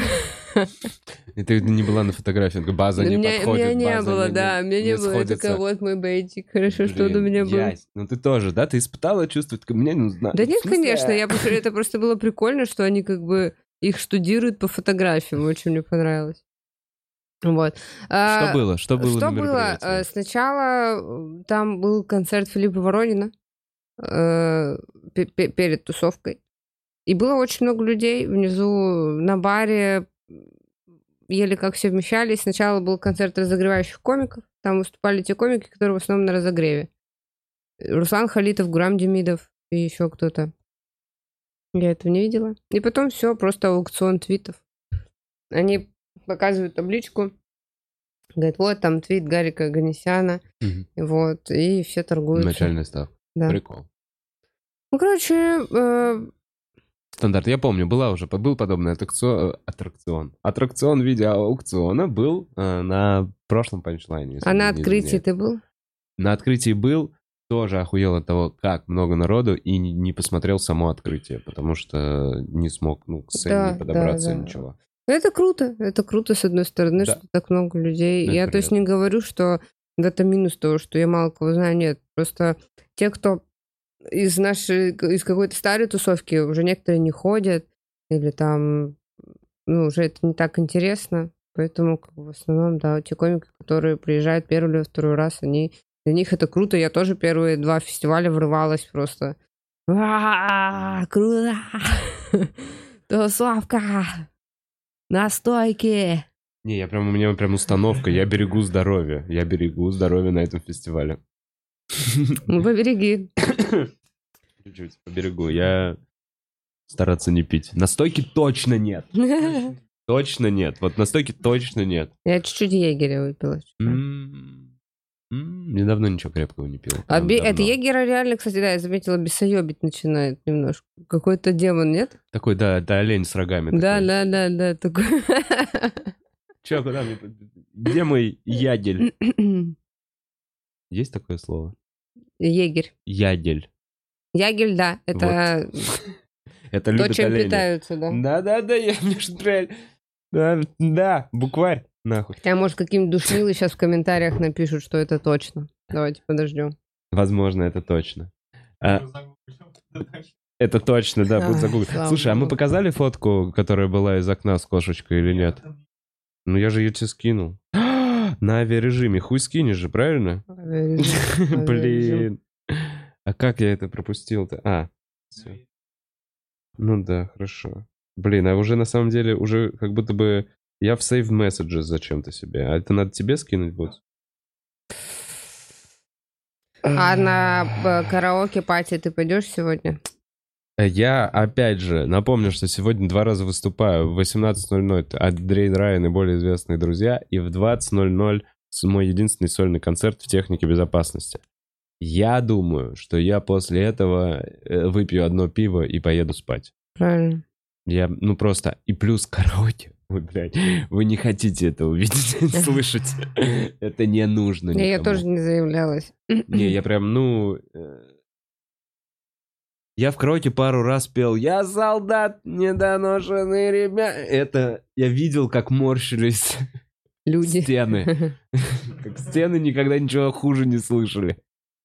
И ты не была на фотографии, такая, база не меня, подходит, меня не база было, не- да, меня не, было. Я сходится. такая, вот мой бейджик, хорошо, что он у Блин, меня был. ясь. Ну ты тоже, да? Ты испытала чувство? Такая, мне нужно... Да В нет, смысле? конечно, я просто, это просто было прикольно, что они как бы их штудируют по фотографиям, очень мне понравилось. Вот. А, Что было? Что было Что на было? мероприятии? Э, Сначала э, там был концерт Филиппа Воронина э, пе- пе- перед тусовкой. И было очень много людей внизу на баре. Еле как все вмещались. Сначала был концерт разогревающих комиков. Там выступали те комики, которые в основном на разогреве. Руслан Халитов, Гурам Демидов и еще кто-то. Я этого не видела. И потом все, просто аукцион твитов. Они показывают табличку. Говорят, вот там твит Гарика Оганесяна. Мгм. Вот, и все торгуются. Начальная ставка. Да. Прикол. Ну, короче, э, Стандарт. Я помню, была уже, был подобный аттракцион. Аттракцион, аттракцион в виде аукциона был э, на прошлом панчлайне. А на открытии ты был? На открытии был. Тоже охуел от того, как много народу, и не, не посмотрел само открытие, потому что не смог, ну, к сцене Да, не подобраться, да, да. ничего. Это круто, это круто, с одной стороны, Да. что так много людей. Это Я, то есть, приятно. не говорю, что в этом минус того, что я мало кого знаю, нет. Просто те, кто из нашей, из какой-то старой тусовки, уже некоторые не ходят, или там, ну, уже это не так интересно. Поэтому, как бы, в основном, да, те комики, которые приезжают первый или второй раз, они... Для них это круто. Я тоже первые два фестиваля врывалась просто. А, круто! Тусовка! Настойки! Не, я прям, у меня прям установка, я берегу здоровье. Я берегу здоровье на этом фестивале. Ну, побереги. Чуть-чуть поберегу. Я стараться не пить. Настойки точно нет. Точно нет. Вот настойки точно нет. Я чуть-чуть егеря выпила. М, м, Недавно ничего крепкого не пил. А Прям бе- давно. это егера реально, кстати, да, я заметила, бесоебить начинает немножко. Какой-то демон, нет? Такой, да, это олень с рогами. Да, такой. да, да, да, такой. Че, куда мне? Где мой ягель? Есть такое слово? Егерь. Ягель. Ягель, да, это Это то, любят чем олени. питаются, да. Да-да-да, я мне что реально... Да, да, букварь, нахуй. Хотя, может, какие-нибудь душнилы сейчас в комментариях напишут, что это точно. Давайте подождем. Возможно, это точно. А, это точно, да, будет Ай, загуглить. слава Слушай, а мы богу. показали фотку, которая была из окна с кошечкой или нет? Ну, я же ее тебе скинул. На авиарежиме. Хуй скинешь же, правильно? Авиарежим, авиарежим. Блин. А как я это пропустил-то? А, всё. Ну да, хорошо. Блин, а уже на самом деле, уже как будто бы я в Save Messages зачем-то себе. А это надо тебе скинуть будет? А на э, караоке-пати ты пойдешь сегодня? Я, опять же, напомню, что сегодня два раза выступаю. В восемнадцать ноль ноль Андрей Райан и более известные друзья. И в двадцать ноль ноль мой единственный сольный концерт в технике безопасности. Я думаю, что я после этого э, выпью одно пиво и поеду спать. Правильно. Я, ну просто, и плюс караоке. Вы, блядь, вы не хотите это увидеть, слышать. Это не нужно Не, я никому. тоже не заявлялась. Не, я прям, ну... э, Я в караоке пару раз пел «Я солдат, недоношенный ребят». Это я видел, как морщились Люди. стены. Как стены никогда ничего хуже не слышали.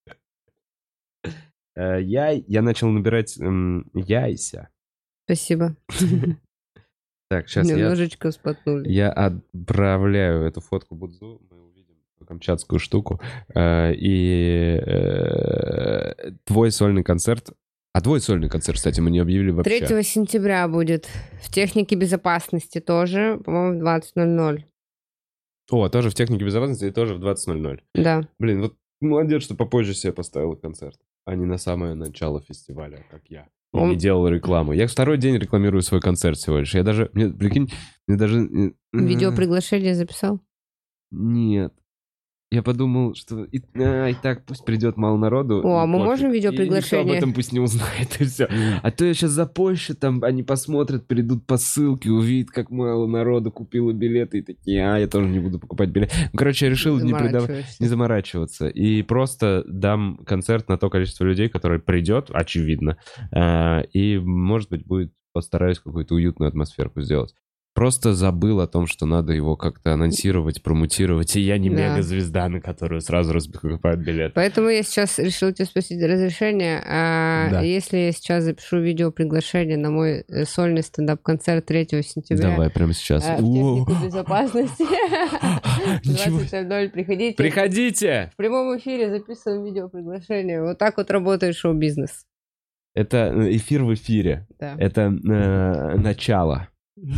Э, Я, я начал набирать м, яйца. Спасибо. Так, сейчас я, Немножечко споткнули. я отправляю эту фотку Будзу. Мы увидим камчатскую штуку. Э, И э, твой сольный концерт. А твой сольный концерт, кстати, мы не объявили вообще. третьего сентября будет. В технике безопасности тоже, по-моему, в двадцать ноль ноль. О, тоже в технике безопасности и тоже в двадцать ноль ноль. Да. Блин, вот молодец, что попозже себе поставил концерт, а не на самое начало фестиваля, как я. И Он- не делал рекламу. Я второй день рекламирую свой концерт всего лишь. Я даже, мне, прикинь, мне даже... э, Видео э, приглашение записал? Нет. Я подумал, что и, а, и так пусть придет мало народу. О, а ну, мы пофиг. можем И никто видеоприглашение? об этом пусть не узнает, и все. А то я сейчас запощу, там они посмотрят, придут по ссылке, увидят, как мало народу купило билеты, и такие, а, я тоже не буду покупать билеты. Ну, короче, я решил не, придав- Заморачиваешься. не заморачиваться. И просто дам концерт на то количество людей, которое придет, очевидно. А, и, может быть, будет, постараюсь какую-то уютную атмосферку сделать. Просто забыл о том, что надо его как-то анонсировать, промутировать. И я не Да. мега-звезда, на которую сразу раскупают билеты. Поэтому я сейчас решила тебя спросить разрешение. А Да. если я сейчас запишу видео приглашение на мой э, сольный стендап-концерт третьего сентября Давай, прямо сейчас. э, в Уоу. технику безопасности Ничего. двадцать ноль ноль, приходите. Приходите! В прямом эфире записываем видео приглашение. Вот так вот работает шоу-бизнес. Это эфир в эфире. Да. Это э, начало.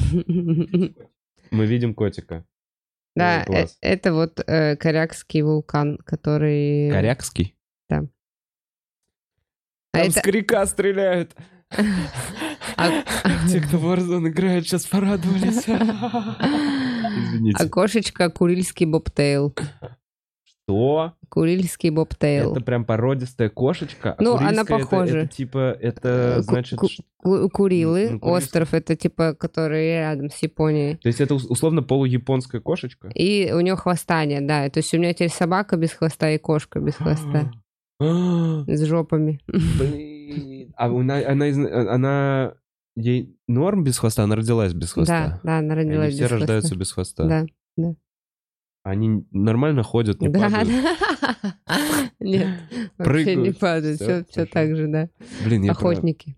Мы видим котика. Да, Ой, класс. э- это вот э, Корякский вулкан, который... Корякский? Да. А Там это- с крика стреляют. А- Те, кто в Warzone играет, сейчас порадовались. Извините. Окошечко Курильский бобтейл. Что? Курильский бобтейл. Это прям породистая кошечка? А ну, она Курильская похожа. Это, это типа, это значит... Ку- ку- Курилы, ну, Курильская. остров, это типа, который рядом с Японией. То есть это ус- условно полуяпонская кошечка? И у нее хвоста нет, да. То есть у меня теперь собака без хвоста и кошка без хвоста. С жопами. Блин. А она, она, из- она... Ей норм без хвоста? Она родилась без хвоста? Да, да, она родилась Они без все хвоста. рождаются без хвоста? Да, да. Они нормально ходят, не Да, падают? да. Нет, вообще Прыгают. не падают. Всё, Все, все хорошо. так же, да. Блин, я про, Охотники.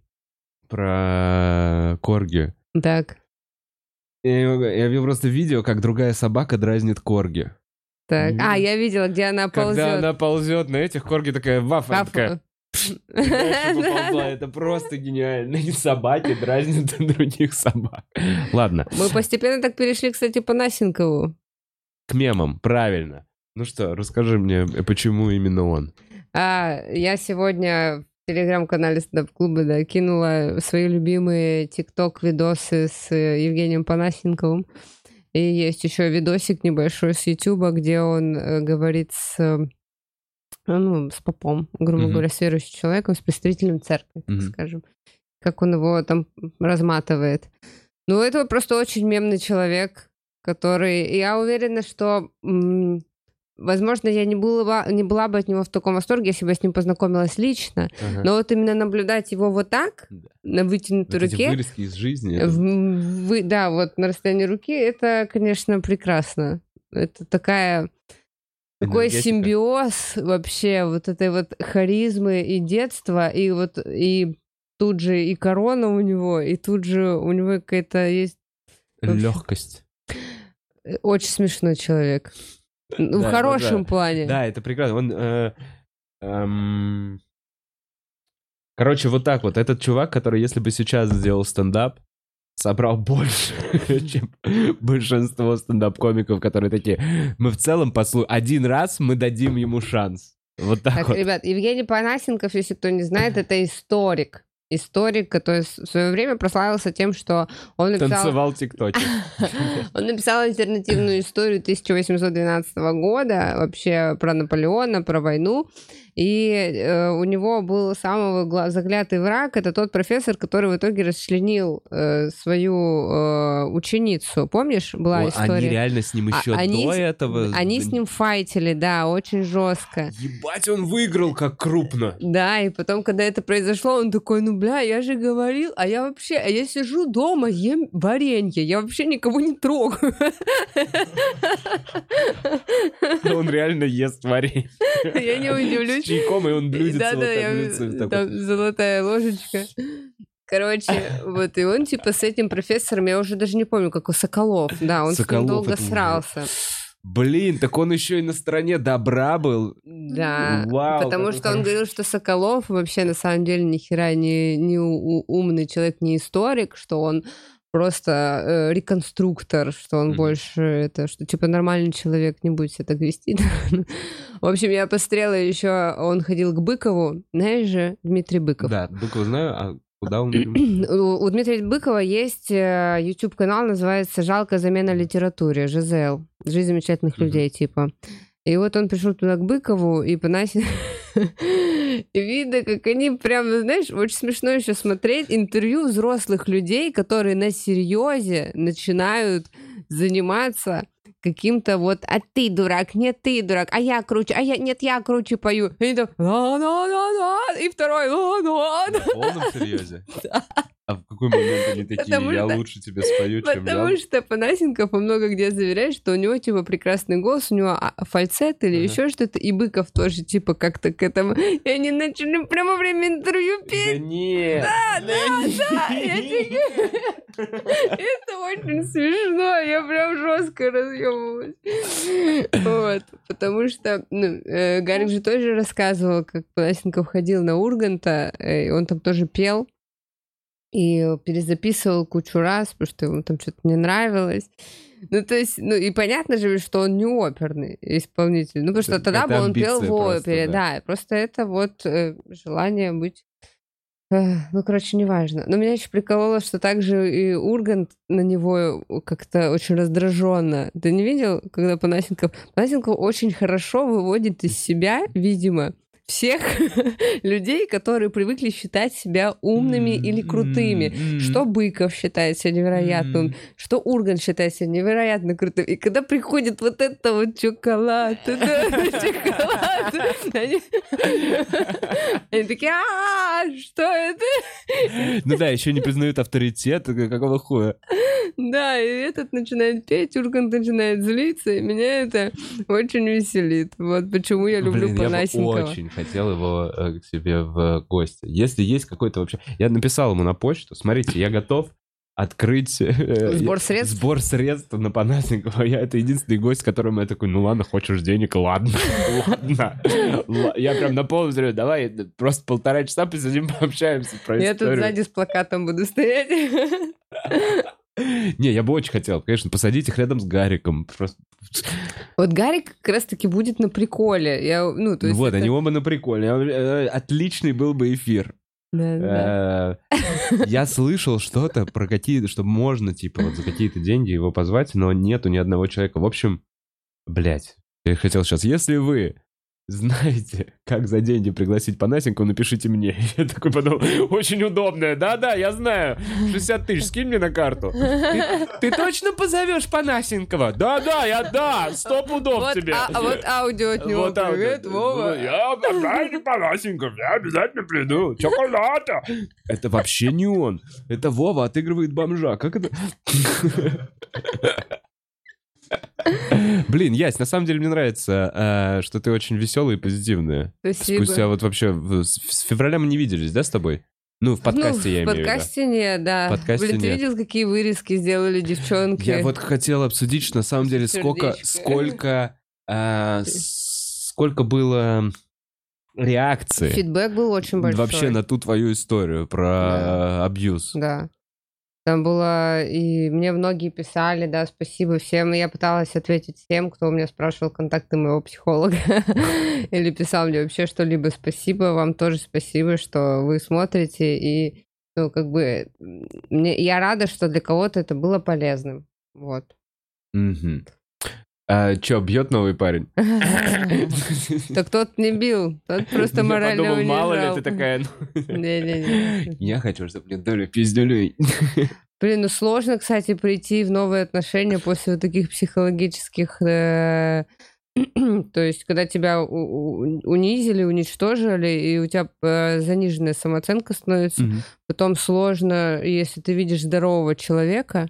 про корги. Так, Я, я видел просто видео, как другая собака дразнит корги. так. Не А, видел? я видела, где она Когда ползет. она ползет на этих, корги такая вафа, она такая... И дальше поползла. Да. Это просто гениально. И собаки дразнят других собак. Ладно, Мы постепенно так перешли, кстати, по Насенкову. к мемам, правильно. Ну что, расскажи мне, э, почему именно он? А, я сегодня в телеграм-канале стендап-клуба да, кинула свои любимые тикток-видосы с э, Евгением Панасенковым. И есть еще видосик небольшой с Ютуба, где он э, говорит с, э, ну, с попом, грубо Мгм. говоря, с верующим человеком, с представителем церкви, так Мгм. скажем. Как он его там разматывает. Ну, это просто очень мемный человек, который... Я уверена, что... м, Возможно, я не была, бы- не была бы от него в таком восторге, если бы я с ним познакомилась лично. Ага. Но вот именно наблюдать его вот так, Да. на вытянутой Вот эти руке, вырезки из жизни. это- в- вы- да, вот на расстоянии руки, это, конечно, прекрасно. Это такая... Такой Энергетика. симбиоз вообще вот этой вот харизмы и детства, и вот и тут же и корона у него, и тут же у него какая-то есть вообще- Легкость. э, очень смешной человек. Ну, в Да, хорошем да, плане. Да, это прекрасно. Он, э, эм, Короче, вот так вот. Этот чувак, который, если бы сейчас сделал стендап, собрал больше, чем большинство стендап-комиков, которые такие, мы в целом послу... Один раз мы дадим ему шанс. Вот так, Так, вот. ребят, Евгений Панасенков, если кто не знает, это историк. Историк, который в свое время прославился тем, что он написал... Танцевал тиктоки. Он написал альтернативную историю тысяча восемьсот двенадцатого года, вообще про Наполеона, про войну. И э, у него был самый гла- заклятый враг, это тот профессор, который в итоге расчленил э, свою э, ученицу. Помнишь, была О, история? Они реально с ним А- еще они до с- этого... Они с ним файтили, да, очень жестко. Ебать, он выиграл как крупно. Да, и потом, когда это произошло, он такой, ну, бля, я же говорил, а я вообще, а я сижу дома, ем варенье, я вообще никого не трогаю. Он реально ест варенье. Я не С удивлюсь. чайком, и он блюдется Да, вот да, так, я- блюдце вот так вот. там золотая ложечка. Короче, вот, и он типа с этим профессором, я уже даже не помню, как у Соколов, да, он с ним Соколов, долго это ужас. срался. Блин, так он еще и на стороне добра был. Да, Вау, потому какой что он хороший. говорил, что Соколов вообще на самом деле ни хера не, не у- у- умный человек, не историк, что он просто э, реконструктор, что он Мгм. больше это, что типа нормальный человек, не будет себя так вести. В общем, я посмотрела еще, он ходил к Быкову, знаешь же, Дмитрий Быков. Да, Быкова знаю, а куда он? У, у Дмитрия Быкова есть э, YouTube-канал, называется «Жалкая замена литературе», ЖЗЛ, «Жизнь замечательных Мгм. людей», типа. И вот он пришел туда к Быкову, и Панасин... И видно, как они прям, знаешь, очень смешно еще смотреть интервью взрослых людей, которые на серьезе начинают заниматься каким-то вот, а ты дурак, нет, ты дурак, а я круче, а я, нет, я круче пою. И они там, «ла-ла-ла-ла», и второй, «ла-ла-ла». На полном серьезе? А в какой момент они такие, Потому я что- лучше тебе спою, чем Потому я? что Панасенков он много где заверяет, что у него типа прекрасный голос, у него а, фальцет или Ага. еще что-то, и Быков тоже типа как-то к этому. И они начали прямо во время интервью Да петь. нет! Да, да, да, я тебе- Это очень смешно, я прям жестко разъебывалась. Вот, потому что, ну, э, Гарик же тоже рассказывал, как Панасенков ходил на Урганта, э, и он там тоже пел, и перезаписывал кучу раз, потому что ему там что-то не нравилось. Ну, то есть, ну, и понятно же, что он не оперный исполнитель. Ну, потому что Это- тогда это бы он пел амбиция в просто, опере, да. да. Просто это вот э, желание быть Ну, короче, неважно. Но меня еще прикололо, что также и Ургант на него как-то очень раздраженно. Ты не видел, когда Панасенков... Панасенков очень хорошо выводит из себя, видимо, всех людей, которые привыкли считать себя умными mm-hmm. или крутыми. Mm-hmm. Что Быков считает себя невероятным, mm-hmm. что Ургант считает себя невероятно крутым. И когда приходит вот это вот шоколад, шоколад, они такие, а что это? Ну да, еще не признают авторитет, какого хуя. Да, и этот начинает петь, Ургант начинает злиться, и меня это очень веселит. Вот почему я люблю Блин, Панасенкова. Я бы очень хотел его э, к себе в гости. Если есть какой-то вообще... Я написал ему на почту, смотрите, я готов открыть... Э, сбор средств? Сбор средств на Панасенкова. Я это единственный гость, которому я такой, ну ладно, хочешь денег, ладно. Ладно. Я прям на полном взрыве, давай просто полтора часа посидим, пообщаемся про историю. Я тут сзади с плакатом буду стоять. Не, я бы очень хотел, конечно, посадить их рядом с Гариком. Просто... Вот Гарик как раз-таки будет на приколе. Я, ну, то есть вот, это... они оба на приколе. Отличный был бы эфир. Да, да. Я слышал что-то про какие-то, что можно, типа, вот за какие-то деньги его позвать, но нету ни одного человека. В общем, блядь, я хотел сейчас, если вы знаете, как за деньги пригласить Панасенкова, напишите мне. Я такой подумал, очень удобное. Да-да, я знаю. шестьдесят тысяч скинь мне на карту. Ты, ты точно позовешь Панасенкова? Да-да, я да. Сто пудов вот, тебе. А, а вот аудио от него. Вот Привет, аудио. Вова. Я обожаю Панасенков. Я обязательно приду. Чоколада. Это вообще не он. Это Вова отыгрывает бомжа. Как это? Блин, Ясь, на самом деле мне нравится, э, что ты очень веселая и позитивная. Спасибо. Спустя вот вообще... В, с февраля мы не виделись, да, с тобой? Ну, в подкасте ну, я в имею в виду. В подкасте нет, да. В подкасте Блин, ты нет. видел, какие вырезки сделали девчонки? Я вот хотел обсудить, что на самом деле сколько, сколько, э, сколько было реакций. Фидбэк был очень большой. Вообще на ту твою историю про да. абьюз. Да. Там было, и мне многие писали, да, спасибо всем. И я пыталась ответить всем, кто у меня спрашивал контакты моего психолога или писал мне вообще что-либо. Спасибо, вам тоже спасибо, что вы смотрите. И, ну, как бы, мне, я рада, что для кого-то это было полезным. Вот. Угу. А чё, бьет новый парень? Так тот не бил, тот просто морально унижал. Мало ли ты такая... Не-не-не. Я хочу, чтобы мне дали пиздюлей. Блин, ну сложно, кстати, прийти в новые отношения после вот таких психологических... То есть, когда тебя унизили, уничтожили, и у тебя заниженная самооценка становится, потом сложно, если ты видишь здорового человека,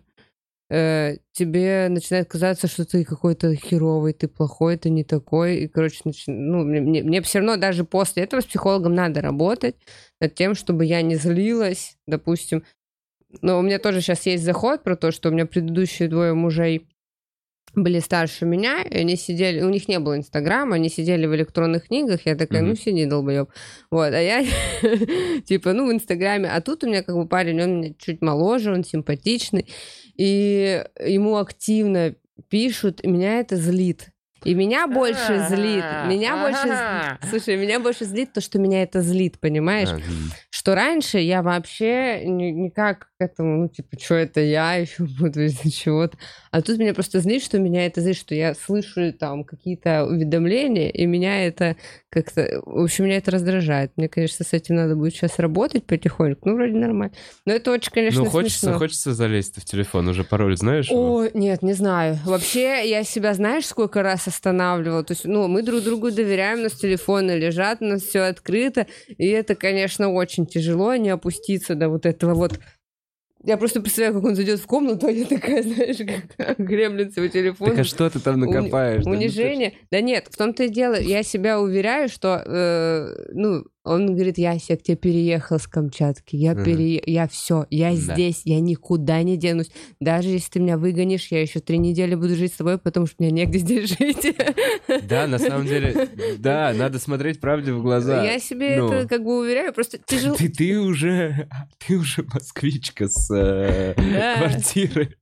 тебе начинает казаться, что ты какой-то херовый, ты плохой, ты не такой. И, короче, нач... ну, мне, мне, мне все равно даже после этого с психологом надо работать над тем, чтобы я не злилась, допустим. Но у меня тоже сейчас есть заход про то, что у меня предыдущие двое мужей были старше меня, и они сидели, у них не было Инстаграма, они сидели в электронных книгах, я такая, mm-hmm. ну, сиди, долбоёб. Вот, а я, типа, ну, в Инстаграме, а тут у меня как бы парень, он мне чуть моложе, он симпатичный, и ему активно пишут, и меня это злит. И меня больше злит, меня больше, слушай, меня больше злит то, что меня это злит, понимаешь? Что раньше я вообще никак к этому, ну, типа, что это я еще буду из-за чего-то. А тут меня просто злит, что меня это злит, что я слышу там какие-то уведомления, и меня это как-то... В общем, меня это раздражает. Мне, конечно, с этим надо будет сейчас работать потихоньку. Ну, вроде нормально. Но это очень, конечно, ну, хочется, смешно. Хочется залезть в телефон, уже пароль знаешь? О, его? Нет, не знаю. Вообще, я себя, знаешь, сколько раз останавливала? То есть, ну, мы друг другу доверяем, у нас телефоны лежат, у нас все открыто, и это, конечно, очень тяжело не опуститься до вот этого вот. Я просто представляю, как он зайдет в комнату, а я такая, знаешь, как гремлин своего телефона. Так а что ты там накопаешь? Уни- унижение. Да нет, в том-то и дело, я себя уверяю, что, э, ну, он говорит, Яся, я к тебе переехал с Камчатки, я uh-huh. пере... я все, я да. здесь, я никуда не денусь. Даже если ты меня выгонишь, я еще три недели буду жить с тобой, потому что мне негде здесь жить. Да, на самом деле, да, надо смотреть правде в глаза. Я себе ну, это как бы уверяю, просто тяжело. Ты, ты уже, ты уже москвичка с э, да. квартиры.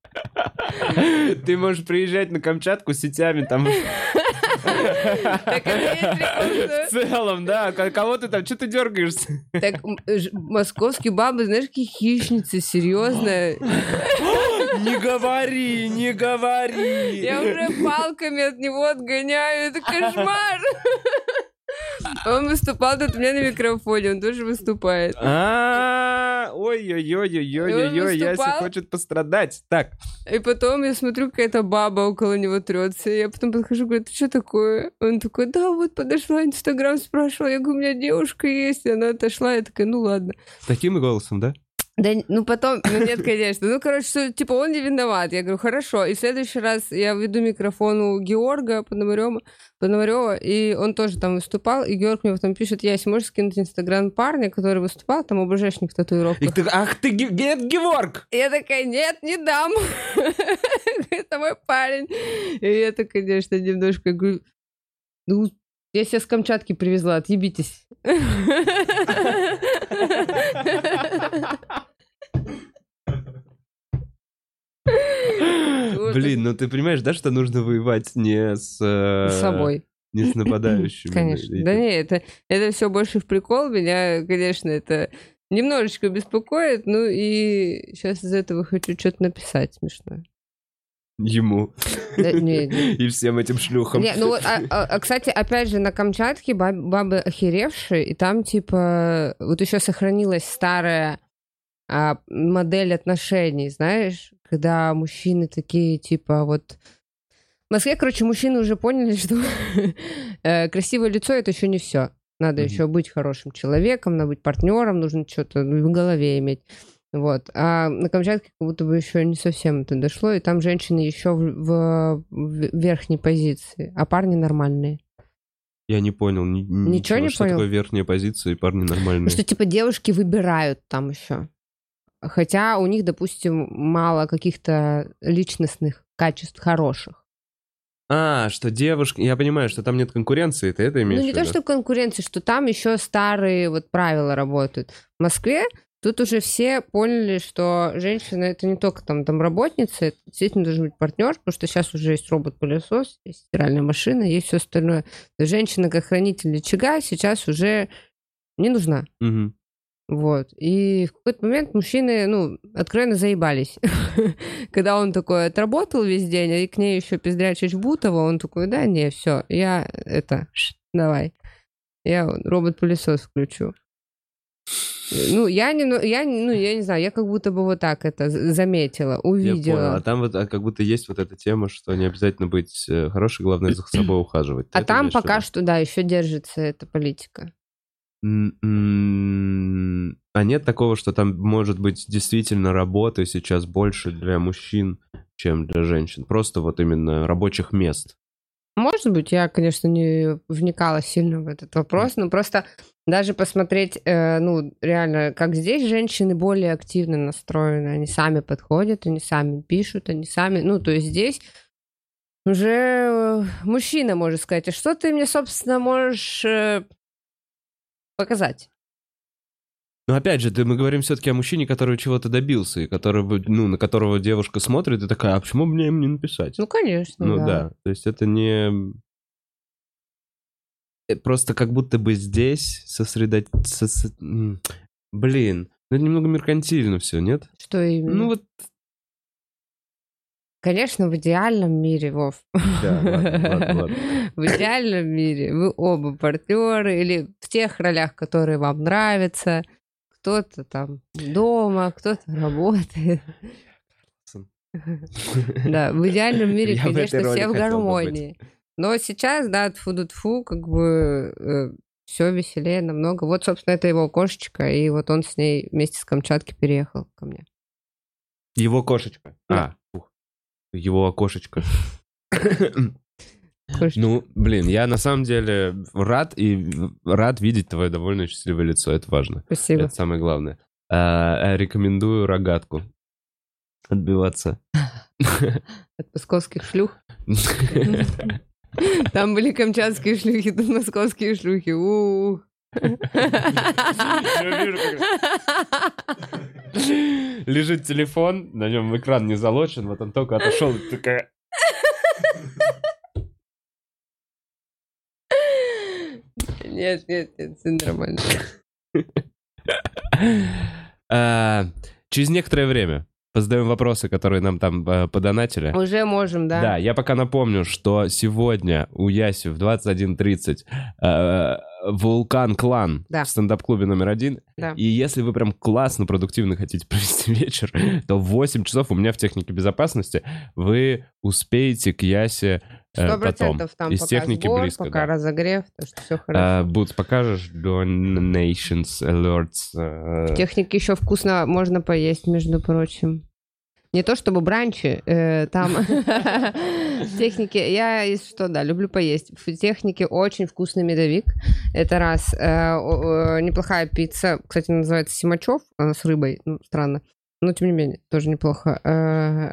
Ты можешь приезжать на Камчатку с сетями там. Так В целом, да. Кого ты там? Что ты дергаешься? Так московские бабы, знаешь, какие хищницы, серьезно. Не говори, не говори. Я уже палками от него отгоняю. Это кошмар. Он выступал тут у меня на микрофоне, он тоже выступает. А, ой-ой-ой-ой-ой-ой, Яся хочет пострадать. Так. И потом я смотрю, какая-то баба около него трется. Я потом подхожу, говорю, ты что такое? Он такой, да, вот подошла, Инстаграм спрашивала. Я говорю, у меня девушка есть. И она отошла, я такая, ну ладно. Таким голосом, да? Да, ну потом, ну нет, конечно. Ну, короче, что, типа, он не виноват. Я говорю, хорошо. И в следующий раз я веду микрофон у Георга Пономарева, Пономарева, и он тоже там выступал, и Георг мне потом пишет, Яся, можешь скинуть инстаграм парня, который выступал, там ОБЖшник в татуировках. Ты, ах ты, нет, Георг! Я такая, нет, не дам. Это мой парень. И это, конечно, немножко, говорю, ну, я себя с Камчатки привезла, отъебитесь. Блин, ну ты понимаешь, да, что нужно воевать не с... С собой. Не с нападающими. Конечно. Да не, это, это все больше в прикол. Меня, конечно, это немножечко беспокоит. Ну и сейчас из этого хочу что-то написать смешное. Ему. Да, не, не. И всем этим шлюхам. Не, ну вот, а, а, а, кстати, опять же, на Камчатке баб, бабы охеревшие, и там, типа, вот еще сохранилась старая а, модель отношений, знаешь, когда мужчины такие, типа, вот... В Москве, короче, мужчины уже поняли, что красивое лицо — это еще не все. Надо mm-hmm. еще быть хорошим человеком, надо быть партнером, нужно что-то в голове иметь. Вот. А на Камчатке как будто бы еще не совсем это дошло, и там женщины еще в, в, в верхней позиции, а парни нормальные. Я не понял. Ни, ничего, ничего не что понял? Такое верхняя позиция и парни нормальные? Ну, что типа девушки выбирают там еще. Хотя у них, допустим, мало каких-то личностных качеств хороших. А, что девушка... Я понимаю, что там нет конкуренции, ты это имеешь в виду? Ну, не то, что конкуренции, что там еще старые вот правила работают. В Москве тут уже все поняли, что женщина — это не только там домработница, это действительно должен быть партнер, потому что сейчас уже есть робот-пылесос, есть стиральная машина, есть все остальное. Женщина как хранитель очага сейчас уже не нужна. Угу. Вот. И в какой-то момент мужчины, ну, откровенно заебались. Когда он такой отработал весь день, и к ней еще пиздрячить в Бутово, он такой, да, не, все, я это, давай. Я робот-пылесос включу. Ну, я не, я, ну, я не знаю, я как будто бы вот так это заметила, увидела. Я понял. А там вот а как будто есть вот эта тема, что не обязательно быть хорошей, главное за собой ухаживать. А там пока что, да, еще держится эта политика. А нет такого, что там может быть действительно работы сейчас больше для мужчин, чем для женщин? Просто вот именно рабочих мест. Может быть, я, конечно, не вникала сильно в этот вопрос, но просто даже посмотреть, э, ну, реально, как здесь женщины более активно настроены, они сами подходят, они сами пишут, они сами, ну, то есть здесь уже мужчина может сказать, а что ты мне, собственно, можешь э, показать? Но опять же, мы говорим все-таки о мужчине, который чего-то добился, и который, ну, на которого девушка смотрит и такая, а почему мне им не написать? Ну, конечно, Ну да. да, то есть это не... Просто как будто бы здесь сосредоточиться... Блин, ну это немного меркантильно все, нет? Что именно? Ну вот... Конечно, в идеальном мире, Вов. Да, ладно, ладно, ладно. В идеальном мире вы оба партнеры или в тех ролях, которые вам нравятся. Кто-то там дома, кто-то работает. Да, в идеальном мире, конечно, все в гармонии. Но сейчас, да, тфу-тфу, как бы все веселее намного. Вот, собственно, это его кошечка, и вот он с ней вместе с Камчатки переехал ко мне. Его кошечка? Да. А, ух. Его окошечко. Кошечка. Ну, блин, я на самом деле рад и рад видеть твое довольно счастливое лицо. Это важно. Спасибо. Это самое главное. А, рекомендую рогатку отбиваться. От московских шлюх. Там были камчатские шлюхи, тут московские шлюхи. У-у-у. Лежит телефон, на нем экран не залочен, вот он только отошел, и такая... Нет, нет, нет, все нормально. А, через некоторое время позадаем вопросы, которые нам там э, подонатили. Уже можем, да? Да, я пока напомню, что сегодня у Яси в двадцать один тридцать э, Вулкан Клан Да. в стендап-клубе номер один. Да. И если вы прям классно, продуктивно хотите провести вечер, то в восемь часов у меня в технике безопасности вы успеете к Ясе э, Сто потом. процентов там Из пока техники сбор, близко, пока да. разогрев, то что все хорошо. А, Бутс, покажешь donations, alerts? э, В технике еще вкусно можно поесть, между прочим. Не то чтобы бранчи, э, там в технике, я, если что, да, люблю поесть. В технике очень вкусный медовик, это раз. Э, о- о, неплохая пицца, кстати, называется Симачев, она с рыбой, ну, странно. Но, тем не менее, тоже неплохо. Э,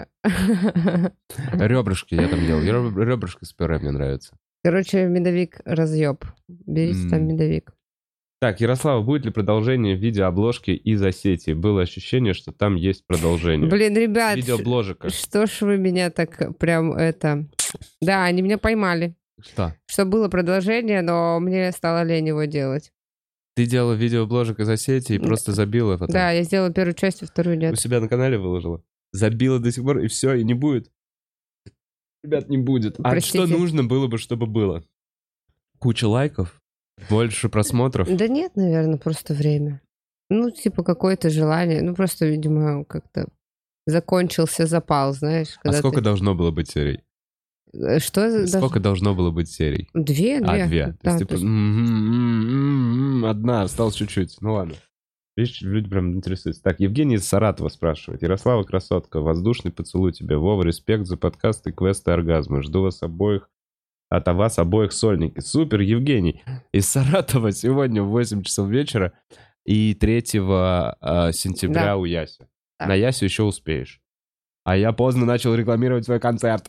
Ребрышки я там делал. Реб- Ребрышки с пюре мне нравятся. Короче, медовик разъеб. Берите там М. медовик. Так, Ярослава, будет ли продолжение видеообложки из Осетии? Было ощущение, что там есть продолжение. Блин, ребят, Видеобложика. что ж вы меня так прям это... Да, они меня поймали. Что? Что было продолжение, но мне стало лень его делать. Ты делала видеобложек из Осетии и просто забила потом? Да, я сделала первую часть, а вторую У нет. себя на канале выложила? Забила до сих пор, и все, и не будет? Ребят, не будет. А Простите. что нужно было бы, чтобы было? Куча лайков? Больше просмотров? Да нет, наверное, просто время. Ну, типа какое-то желание. Ну, просто, видимо, как-то закончился запал, знаешь. А когда сколько ты- должно было быть серий? Э, Что? за- Сколько должно было быть серий? Две, две. А, две. То Да, есть, то типа, есть- м-м-м-м-м, одна, осталось чуть-чуть. Ну ладно. Видишь, люди прям интересуются. Так, Евгений из Саратова спрашивает. Ярослава, красотка, воздушный поцелуй тебе. Вова, респект за подкасты, квесты, оргазмы. Жду вас обоих, от вас обоих сольники. Супер, Евгений. Из Саратова сегодня в восемь часов вечера и третьего э, сентября Да. у Яси. Да. На Ясю еще успеешь. А я поздно начал рекламировать свой концерт.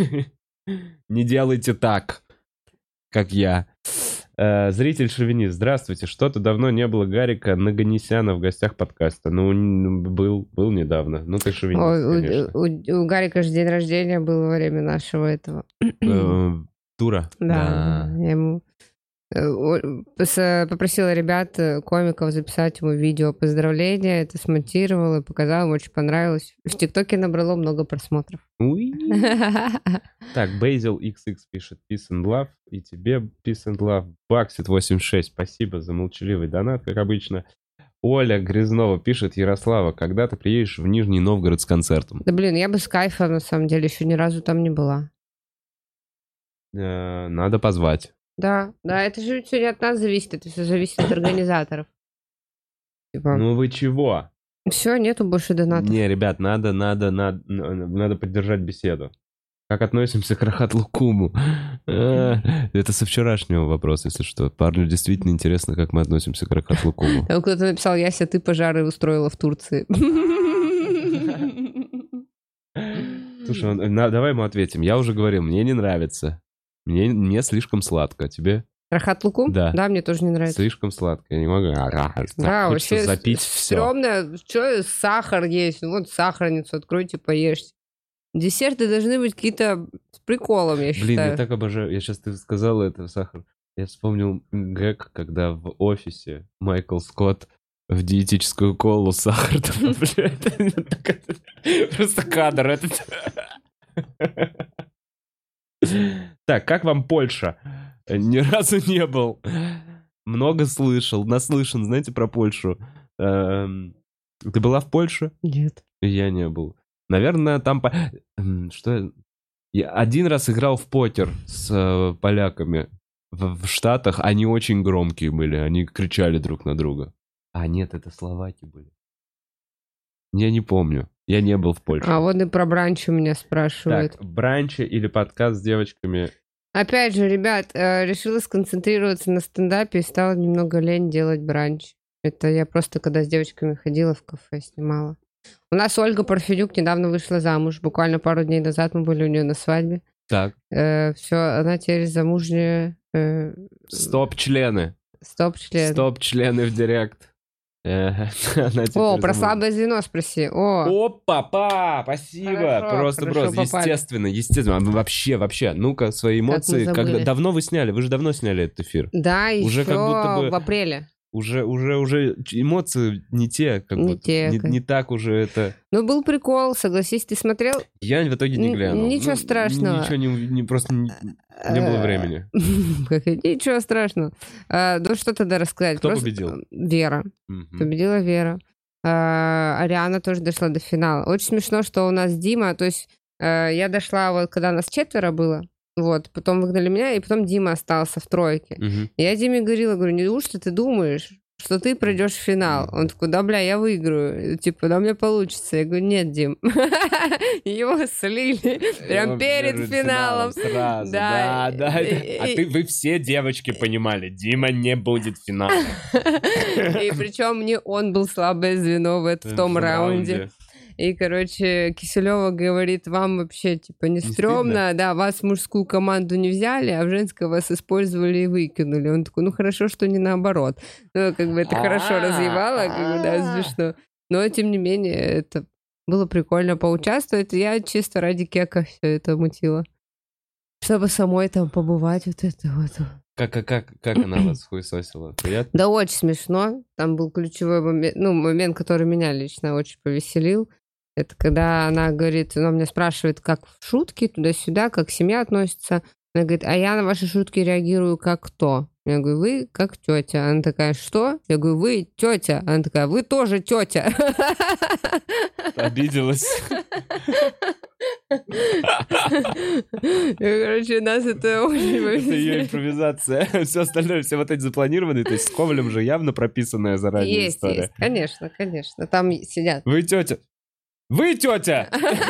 Не делайте так, как я. Э, Зритель-шовинист, здравствуйте. Что-то давно не было Гарика Наганесяна в гостях подкаста. Ну, н- был, был недавно. Ну, ты шовинист, Ой, у- конечно. у, у Гарика же день рождения был во время нашего этого. Э, Тура. Да, я ему э, о- пос- попросила ребят, э, комиков, записать ему видео поздравления, это смонтировала, показала, ему очень понравилось. В ТикТоке набрало много просмотров. Уи. Так, Бейзил икс икс пишет Peace and Love. И тебе Peace and Love. Баксит восемьдесят шесть. Спасибо за молчаливый донат, как обычно. Оля Грязнова пишет: Ярослава, когда ты приедешь в Нижний Новгород с концертом? Да блин, я бы с кайфом, на самом деле, еще ни разу там не была. Э, Надо позвать. Да, да, это же все не от нас зависит, это все зависит от организаторов. Типа, Ну вы чего? все, нету больше донатов. Не, ребят, надо, надо, надо, надо поддержать беседу. Как относимся к Рахат Лукуму? Э, Это со вчерашнего вопроса, если что. Парню действительно интересно, как мы относимся к Рахат Лукуму. Там кто-то написал: Яся, ты пожары устроила в Турции. Слушай, он- на- давай ему ответим. Я уже говорил, мне не нравится. Мне, мне слишком сладко. Тебе Рахат Лукум? Да. Да, мне тоже не нравится. слишком сладко. Я не могу. Да, Хочется вообще запить все. стрёмно. Что сахар есть? Ну, вот сахарницу откройте, поешьте. Десерты должны быть какие-то с приколом, я Блин, считаю. я так обожаю. Я сейчас ты сказал это, сахар. Я вспомнил гэг, когда в офисе Майкл Скотт в диетическую колу сахар добавляет. Просто кадр этот. Так, как вам Польша? Ни разу не был. Много слышал, наслышан, знаете, про Польшу. Эм, Ты была в Польше? Нет. Я не был. Наверное, там... по- М, Что я... Я один раз играл в покер с э, поляками в, в Штатах. Они очень громкие были. Они кричали друг на друга. А нет, это словаки были. Я не помню. Я не был в Польше. А вот и про бранч у меня спрашивают. Так, бранчи или подкаст с девочками? Опять же, ребят, э, решила сконцентрироваться на стендапе и стала немного лень делать бранч. Это я просто, когда с девочками ходила в кафе, снимала. У нас Ольга Парфенюк недавно вышла замуж. Буквально пару дней назад мы были у нее на свадьбе. Так, все, она теперь замужняя. э, стоп-члены. Стоп-член. Стоп-члены в директ. Она О, теперь про замужем. слабое звено спроси. О, О, папа, спасибо. Хорошо, Просто, хорошо просто, попали. естественно, естественно. А вы Вообще, вообще, ну-ка, свои Как мы эмоции. забыли. Когда давно вы сняли? Вы же давно сняли этот эфир. да, Уже еще как будто бы- в апреле. Уже, уже, уже ч- эмоции не те, как Не будто. те, Не, как- не так уже это. Ну, был прикол, согласись, ты смотрел? Я в итоге не Н- глянул. ничего Ну, страшного. Ничего не, не просто не, не было времени. Как и- Ничего страшного. А, ну, что тогда рассказать? Кто Просто- победил? Вера. Мгм. Победила Вера. А, Ариана тоже дошла до финала. Очень смешно, что у нас Дима, то есть э, я дошла, вот когда нас четверо было, вот, потом выгнали меня, и потом Дима остался в тройке. Мгм. Я Диме говорила, говорю, неужто ты думаешь, что ты пройдешь в финал? Он такой, да, бля, я выиграю. Типа, да, у меня получится. Я говорю, нет, Дим. Его слили прям Его перед финалом. Сразу, Да, да, да. и- А и- ты, вы все девочки понимали, Дима не будет в финале. И причем не он был слабое звено в, это- в том раунде. И, короче, Киселева говорит, вам вообще, типа, не Не стрёмно, да, вас в мужскую команду не взяли, а в женскую вас использовали и выкинули. Он такой, ну, хорошо, что не наоборот. Ну, как бы это хорошо разъевало, как бы, да, смешно. Но, тем не менее, это было прикольно поучаствовать. Я чисто ради кека все это мутила. Чтобы самой там побывать, вот это вот. Как, как, как, как она вас хуесосила? Приятно? Да, очень смешно. Там был ключевой момент, ну, момент, который меня лично очень повеселил. Это когда она говорит, она меня спрашивает, как шутки туда-сюда, как семья относится. Она говорит, а я на ваши шутки реагирую как кто? Я говорю, вы как тетя. Она такая, что? Я говорю, вы тетя. Она такая, вы тоже тетя. Обиделась. Короче, нас это очень Это ее повеселило. импровизация. Все остальное, все вот эти запланированные. То есть с Ковалем же явно прописанная заранее Есть, история. есть, конечно, конечно. Там сидят. Вы тетя. Вы тетя!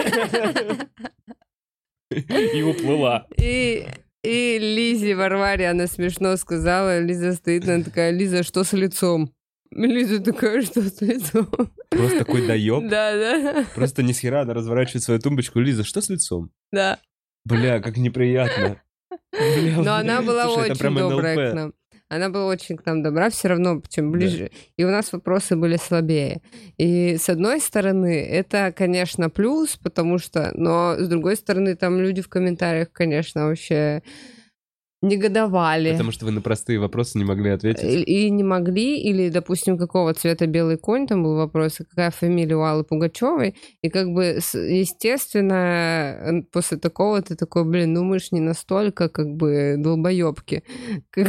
И уплыла. И, и Лизе Варваре она смешно сказала, Лиза стоит, она такая, Лиза, что с лицом? Лиза такая, что с лицом? Просто такой доеб. Да, да, Просто ни с хера она разворачивает свою тумбочку. Лиза, что с лицом? да. Бля, как неприятно. Бля, Но она была слушай, это очень прям эн эл добрая пэ. к нам. Она была очень к нам добра, все равно, чем ближе. И у нас вопросы были слабее. И с одной стороны, это, конечно, плюс, потому что... Но с другой стороны, там люди в комментариях, конечно, вообще негодовали. Потому что вы на простые вопросы не могли ответить. И, и не могли, или, допустим, какого цвета белый конь, там был вопрос, и какая фамилия у Аллы Пугачевой, и как бы, с- естественно, после такого ты такой, блин, ну мы ж не настолько, как бы, долбоебки. Как-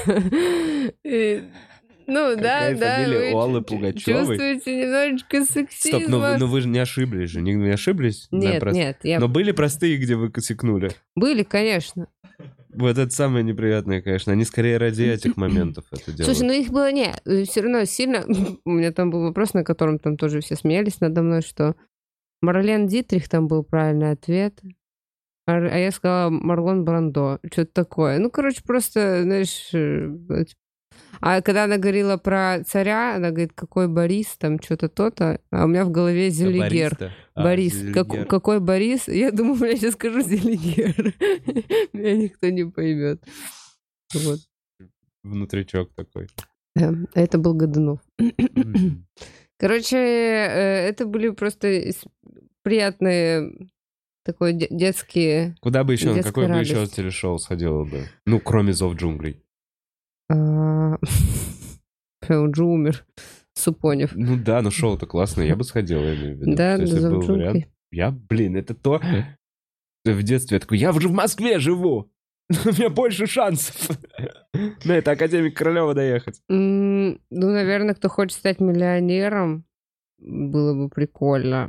И, Ну, да, Какая да. фамилия вы у Аллы чу- Пугачевой? Чувствуете немножечко сексизма. Стоп, ну вы, ну вы же не ошиблись же, не, не ошиблись? на Нет, прост- нет, я... Но были простые, где вы косякнули. Были, конечно. Вот это самое неприятное, конечно. Они скорее ради этих моментов это делают. Слушай, ну их было не, все равно сильно. У меня там был вопрос, на котором там тоже все смеялись надо мной, что Марлен Дитрих там был правильный ответ, а а я сказала Марлон Брандо, что-то такое. Ну, короче, просто, знаешь, э, а когда она говорила про царя, она говорит, какой Борис, там что-то то-то, а у меня в голове Зелигер. Бариста. А, Борис, как- Зелигер. какой Борис? Я думаю, я сейчас скажу Зелигер. Меня никто не поймет. Вот. Внутричок такой. Да, а это был Годунов. Мгм. Короче, э, это были просто с- приятные такой де- детские... Куда бы еще, на Детская какое бы еще радость. телешоу сходила бы? Ну, кроме «Зов джунглей». а, Джу умер. Супонев. Ну да, но шоу-то классное, я бы сходил, я имею в виду. Да, что если «Зов был джунглей». вариант. Я, блин, это то... В детстве я такой, я уже в Москве живу. У меня больше шансов на это академик Королева доехать. М, Ну, наверное, кто хочет стать миллионером, было бы прикольно.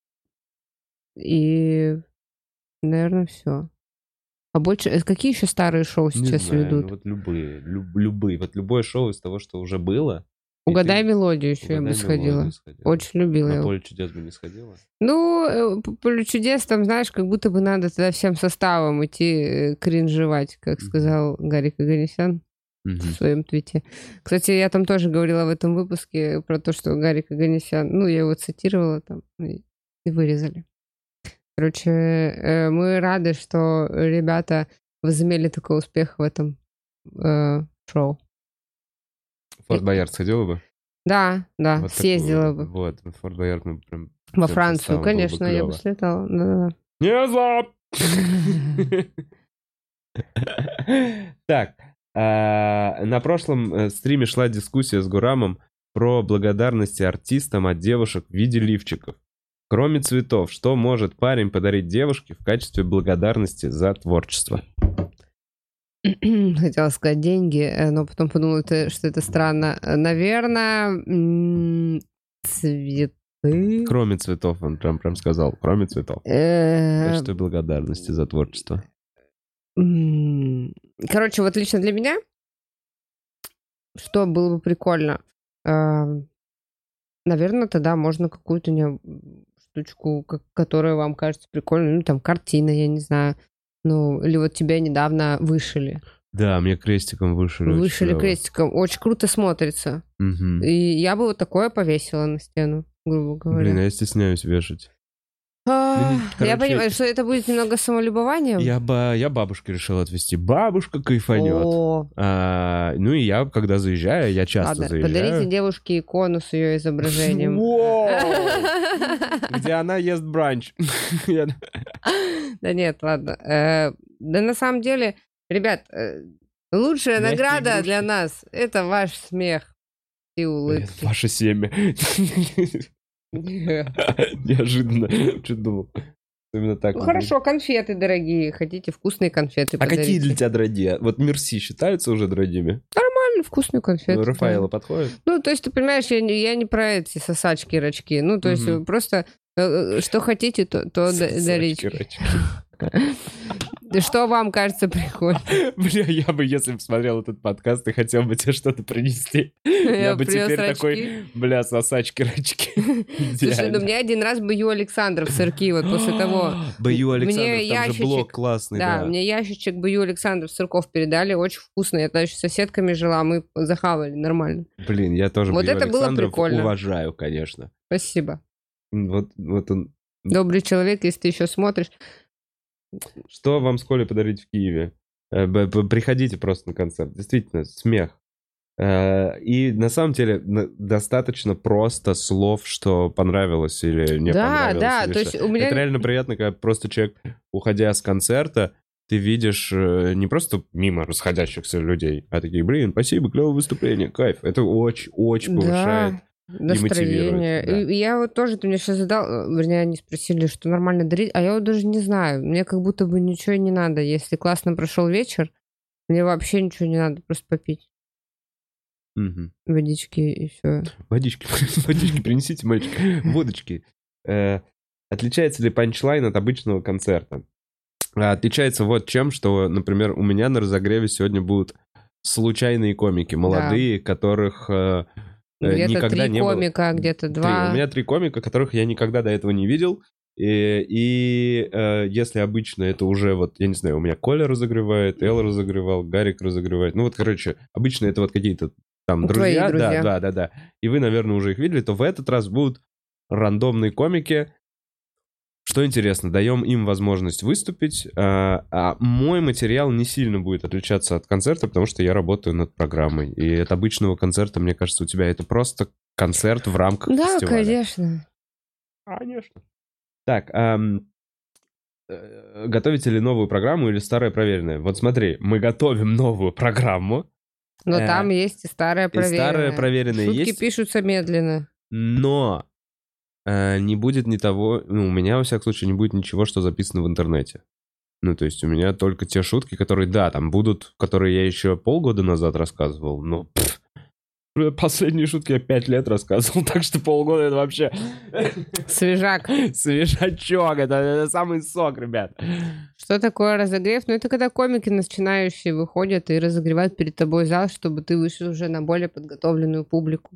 И, наверное, все. А больше... э, Какие еще старые шоу Не сейчас знаю, ведут? ну вот любые, люб- любые. Вот любое шоу из того, что уже было. и Угадай ты- мелодию еще я бы Угадай сходила. мелодию сходила. Очень любила На его. поле чудес бы не сходила. Ну, э, по полю чудес, там, знаешь, как будто бы надо тогда всем составом идти э, кринжевать, как Мгм. сказал Гарик Оганесян в Мгм. своем твите. Кстати, я там тоже говорила в этом выпуске про то, что Гарик Оганесян, ну, я его цитировала там и, и вырезали. Короче, э, мы рады, что ребята возымели такой успех в этом э, шоу. Форт Боярд сходила бы? Да, да, Вот съездила такую, бы. Вот, в Форт Боярд мы прям... Во всем Францию, составом было бы конечно, я бы клёво. слетала. Да-да-да. Не зап! Так, а, на прошлом э, стриме шла дискуссия с Гурамом про благодарности артистам от девушек в виде лифчиков. Кроме цветов, что может парень подарить девушке в качестве благодарности за творчество? Хотела сказать деньги, э, но потом подумала, это- что это странно. Э, Наверное, м, цветы. Кроме цветов, он прям, прям сказал, кроме цветов. В Э, качестве благодарности за творчество. м, Короче, вот лично для меня, что было бы прикольно, наверное, тогда можно какую-то не- штучку, ка- которая вам кажется прикольной, ну, там, картина, я не знаю, ну, или вот тебя недавно вышили. Да, мне крестиком вышили. очень Вышили клёво. крестиком, очень круто смотрится. Мгм. И я бы вот такое повесила на стену, грубо говоря. Блин, а я стесняюсь вешать. А, ну, не- Я короче, понимаю, что это будет немного самолюбованием. Я, ба- я бабушке решил отвезти. Бабушка кайфанет. О, А, ну и я, когда заезжаю, я часто ладно, заезжаю. подарите девушке икону с ее изображением. Воу! Где она ест бранч. Я- Да нет, ладно. Э, Да на самом деле, ребят, э, лучшая Мягкие награда игрушки. для нас — это ваш смех и улыбки. Ваше семя. Неожиданно. Что думал? Именно так. Ну вот хорошо, конфеты дорогие. Хотите вкусные конфеты будет. А какие подарите? для тебя дорогие? Вот Мерси считаются уже дорогими? Нормально, вкусные конфеты. Ну, да. Рафаэла подходит? Ну, то есть, ты понимаешь, я, не- я не про эти сосачки, рачки. Ну, то есть, Мгм. вы просто э, э, что хотите, то, то д- дарите. Сосачки, Да Что вам кажется прикольно? Бля, я бы, если бы смотрел этот подкаст и хотел бы тебе что-то принести, я бы принес теперь рачки. такой, бля, сосачки-рачки. Слушай, ну мне один раз Баю Александров сырки, вот после того. Баю Мне Александров, там же ящичек- блок классный, Да, да. мне ящичек Баю Александров сырков передали, очень вкусно. Я тогда еще с соседками жила, мы захавали нормально. Блин, я тоже Вот Баю это было Александров прикольно. уважаю, конечно. Спасибо. Вот, вот он. Добрый человек, если ты еще смотришь. Что вам с Колей подарить в Киеве? Э, б- б- Приходите просто на концерт. Действительно, смех. Э, И на самом деле на- достаточно просто слов, что понравилось или не Да, понравилось. да, или то что. есть у меня- Это реально приятно, когда просто человек, уходя с концерта, ты видишь э, не просто мимо расходящихся людей, а такие, блин, спасибо, клевое выступление, кайф. Это очень-очень повышает. Да, настроение. мотивирует, да. И, и я вот тоже, ты мне сейчас задал, э, вернее, они спросили, что нормально дарить, а я вот даже не знаю. Мне как будто бы ничего не надо. Если классно прошел вечер, мне вообще ничего не надо, просто попить Мгм. водички и все. Водички, водички принесите, мальчик. Водочки. Э, Отличается ли панчлайн от обычного концерта? А, Отличается вот чем, что, например, у меня на разогреве сегодня будут случайные комики, молодые, которых э, э, Где-то никогда три не было. комика, где-то Три. два. У меня три комика, которых я никогда до этого не видел. И, и, э, если обычно это уже вот, я не знаю, у меня Коля разогревает, Эл разогревал, Гарик разогревает. Ну вот, короче, обычно это вот какие-то там Твои друзья. друзья. Да, да, да, да. И вы, наверное, уже их видели, то в этот раз будут рандомные комики. Что интересно, даем им возможность выступить, а, а мой материал не сильно будет отличаться от концерта, потому что я работаю над программой. И от обычного концерта, мне кажется, у тебя это просто концерт в рамках Да, фестиваля. конечно. Конечно. Так, ам, э, готовите ли новую программу или старая проверенная? Вот смотри, мы готовим новую программу, Но Э, там есть и старая и проверенная. старая проверенная Шутки есть, пишутся медленно. но э, не будет ни того, ну, у меня, во всяком случае, не будет ничего, что записано в интернете. Ну, то есть у меня только те шутки, которые, да, там будут, которые я еще полгода назад рассказывал, но пф, последние шутки я пять лет рассказывал, так что полгода это вообще Свежак. свежачок, это, это самый сок, ребят. Что такое разогрев? Ну, это когда комики начинающие выходят и разогревают перед тобой зал, чтобы ты вышел уже на более подготовленную публику.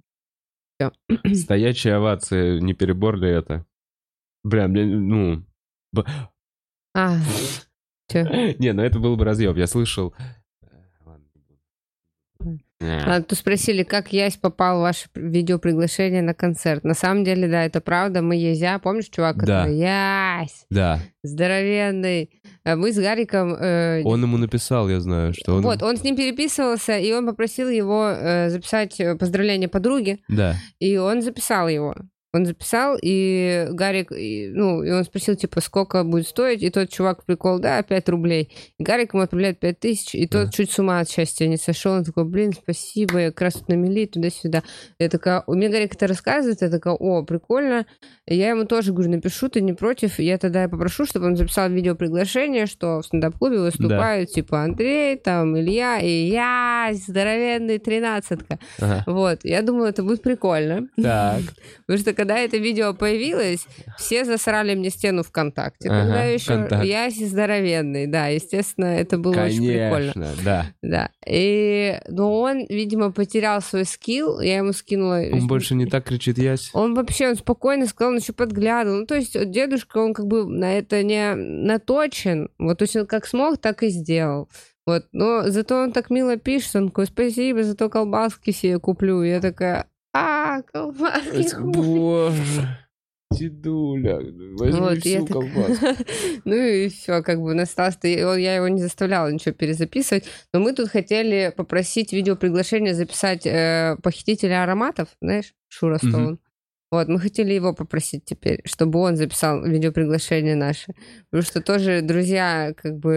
Стоячие овации, не перебор ли это? Бля, мне, ну... б- А, чё? Не, ну это был бы разъеб, я слышал... Ладно. А, тут спросили, как Ясь попал в ваше видеоприглашение на концерт. На самом деле, да, это правда. Мы Язя, помнишь, чувак, Да. который Ясь, Да. здоровенный. Мы с Гариком... Э, Он ему написал, я знаю, что он... Вот, он с ним переписывался, и он попросил его э, записать поздравление подруге. Да. И он записал его. Он записал, и Гарик, и, ну, и он спросил, типа, сколько будет стоить, и тот чувак прикол, да, пять рублей. И Гарик ему отправляет пять тысяч, и тот Да. чуть с ума от счастья не сошел. Он такой, блин, спасибо, я как раз тут на мели, туда-сюда. Я такая, мне Гарик это рассказывает, я такая, о, прикольно. И я ему тоже говорю, напишу, ты не против? И я тогда попрошу, чтобы он записал видеоприглашение, что в стендап-клубе выступают, да. типа, Андрей, там, Илья, и я, здоровенный тринадцатка. Ага. Вот, я думаю, это будет прикольно. Так. Потому что когда это видео появилось, все засрали мне стену ВКонтакте. Ага, когда еще контакт. Я здоровенный, да, естественно, это было Конечно, очень прикольно. Да. Да. И, но он, видимо, потерял свой скилл, я ему скинула... Он больше не так кричит, Ясь? Он вообще, он спокойно сказал, он еще подглядывал. Ну, то есть дедушка, он как бы на это не наточен. Вот, то есть он как смог, так и сделал. Вот, но зато он так мило пишет, он такой, спасибо, зато колбаски себе куплю. И я такая... А, колбаски. Боже, дедуля, возьми вот, всю так... колбаску. Ну и все, как бы настался. Я его не заставляла ничего перезаписывать. Но мы тут хотели попросить видеоприглашение записать э, похитителя ароматов, знаешь, Шура Стоун. Mm-hmm. Вот, мы хотели его попросить теперь, чтобы он записал видеоприглашение наше. Потому что тоже друзья как бы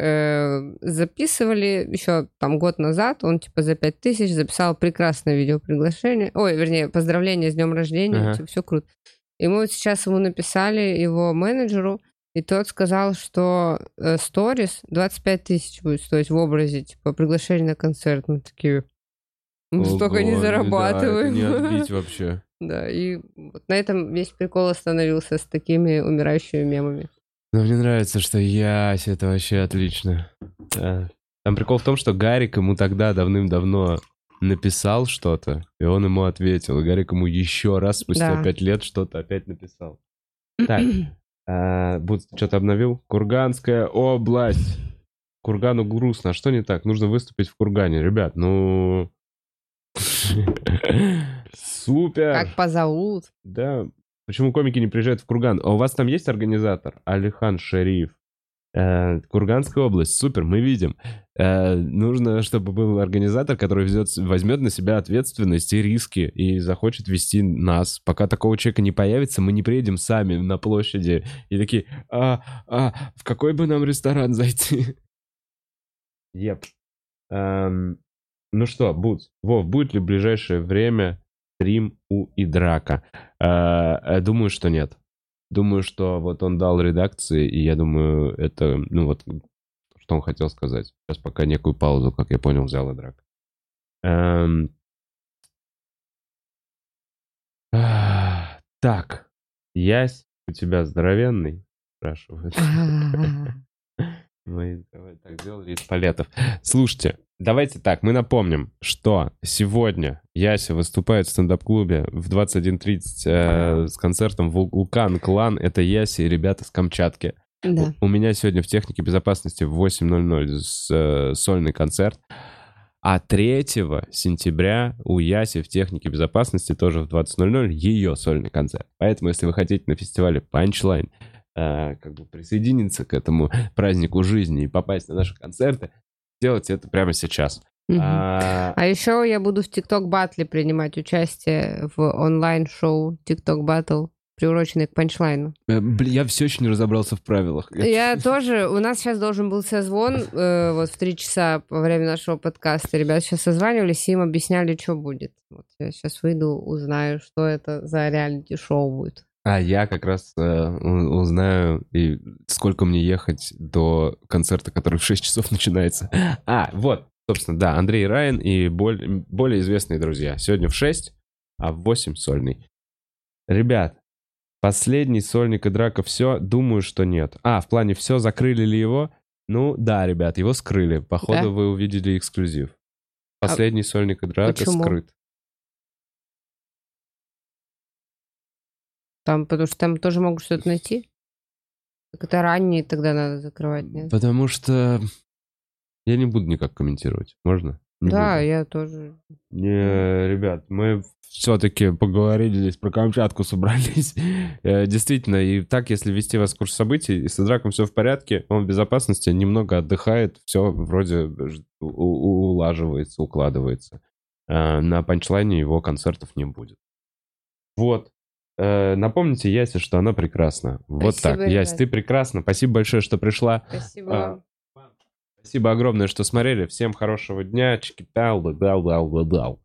э, записывали еще там год назад. Он типа за пять тысяч записал прекрасное видеоприглашение. Ой, вернее, поздравление с днем рождения. Uh-huh. Типа, все круто. И мы вот сейчас ему написали, его менеджеру, и тот сказал, что сторис э, двадцать пять тысяч будет стоить в образе, типа приглашение на концерт. Мы такие... Мы Ого, столько не зарабатываем. Да, это не отбить вообще. Да, и вот на этом весь прикол остановился с такими умирающими мемами. Но мне нравится, что Ясь, это вообще отлично. Да. Там прикол в том, что Гарик ему тогда давным-давно написал что-то, и он ему ответил. И Гарик ему еще раз спустя да. пять лет что-то опять написал. Так, а, Буд, что-то обновил? Курганская область. Кургану грустно. А что не так? Нужно выступить в Кургане. Ребят, ну... Супер! Как позовут. Да. Почему комики не приезжают в Курган? А у вас там есть организатор? Алихан Шериф. Э, Курганская область. Супер, мы видим. Э, нужно, чтобы был организатор, который взят, возьмет на себя ответственность и риски и захочет вести нас. Пока такого человека не появится, мы не приедем сами на площади и такие, а, а в какой бы нам ресторан зайти? Еп. Эм, ну что, Буц, Вов, будет ли в ближайшее время стрим у Идрака? Э, думаю, что нет. Думаю, что вот он дал редакции, и я думаю, это, ну вот, что он хотел сказать. Сейчас пока некую паузу, как я понял, взял Идрак. Эм... Так, Ясь, у тебя здоровенный? Спрашивают. Мы так делали из палетов. Слушайте, давайте так, мы напомним, что сегодня Яся выступает в стендап-клубе в двадцать один тридцать э, с концертом «Вулкан Клан». Это Яся и ребята с Камчатки. Да. У, у меня сегодня в технике безопасности в восемь ноль ноль с, э, сольный концерт. А третьего сентября у Яси в технике безопасности тоже в двадцать ноль ноль ее сольный концерт. Поэтому, если вы хотите на фестивале Punchline э, как бы присоединиться к этому празднику жизни и попасть на наши концерты, делайте это прямо сейчас. Угу. А... а еще я буду в TikTok батле принимать участие в онлайн-шоу TikTok Battle, приуроченный к панчлайну. Блин, я все еще не разобрался в правилах. Я тоже. У нас сейчас должен был созвон э, вот в три часа во время нашего подкаста. Ребята сейчас созванивались и им объясняли, что будет. Вот я сейчас выйду, узнаю, что это за реалити-шоу будет. А я как раз э, узнаю, и сколько мне ехать до концерта, который в шесть часов начинается. А, вот, собственно, да, Андрей Райан и более, более известные друзья. Сегодня в шесть, а в восемь сольный. Ребят, последний сольник Идрака все? Думаю, что нет. А, в плане все, закрыли ли его? Ну, да, ребят, его скрыли. Походу, да? Вы увидели эксклюзив. Последний а сольник Идрака почему? Скрыт. Там, потому что там тоже могут что-то найти? Так это ранние тогда надо закрывать, нет? Потому что... Я не буду никак комментировать. Можно? Не Да, буду. я тоже. Не, ребят, мы все-таки поговорили здесь про Камчатку, собрались. Э, Действительно, и так, если вести вас в курс событий, и с Идраком все в порядке, он в безопасности, немного отдыхает, все вроде ж- у- у- улаживается, укладывается. Э, На панчлайне его концертов не будет. Вот. Э, Напомните Ясе, что она прекрасна. Вот Спасибо, так. Ясь, ребят. ты прекрасна. Спасибо большое, что пришла. Спасибо А, вам. Спасибо огромное, что смотрели. Всем хорошего дня. Чики-пау, дау, дау, дау, дау.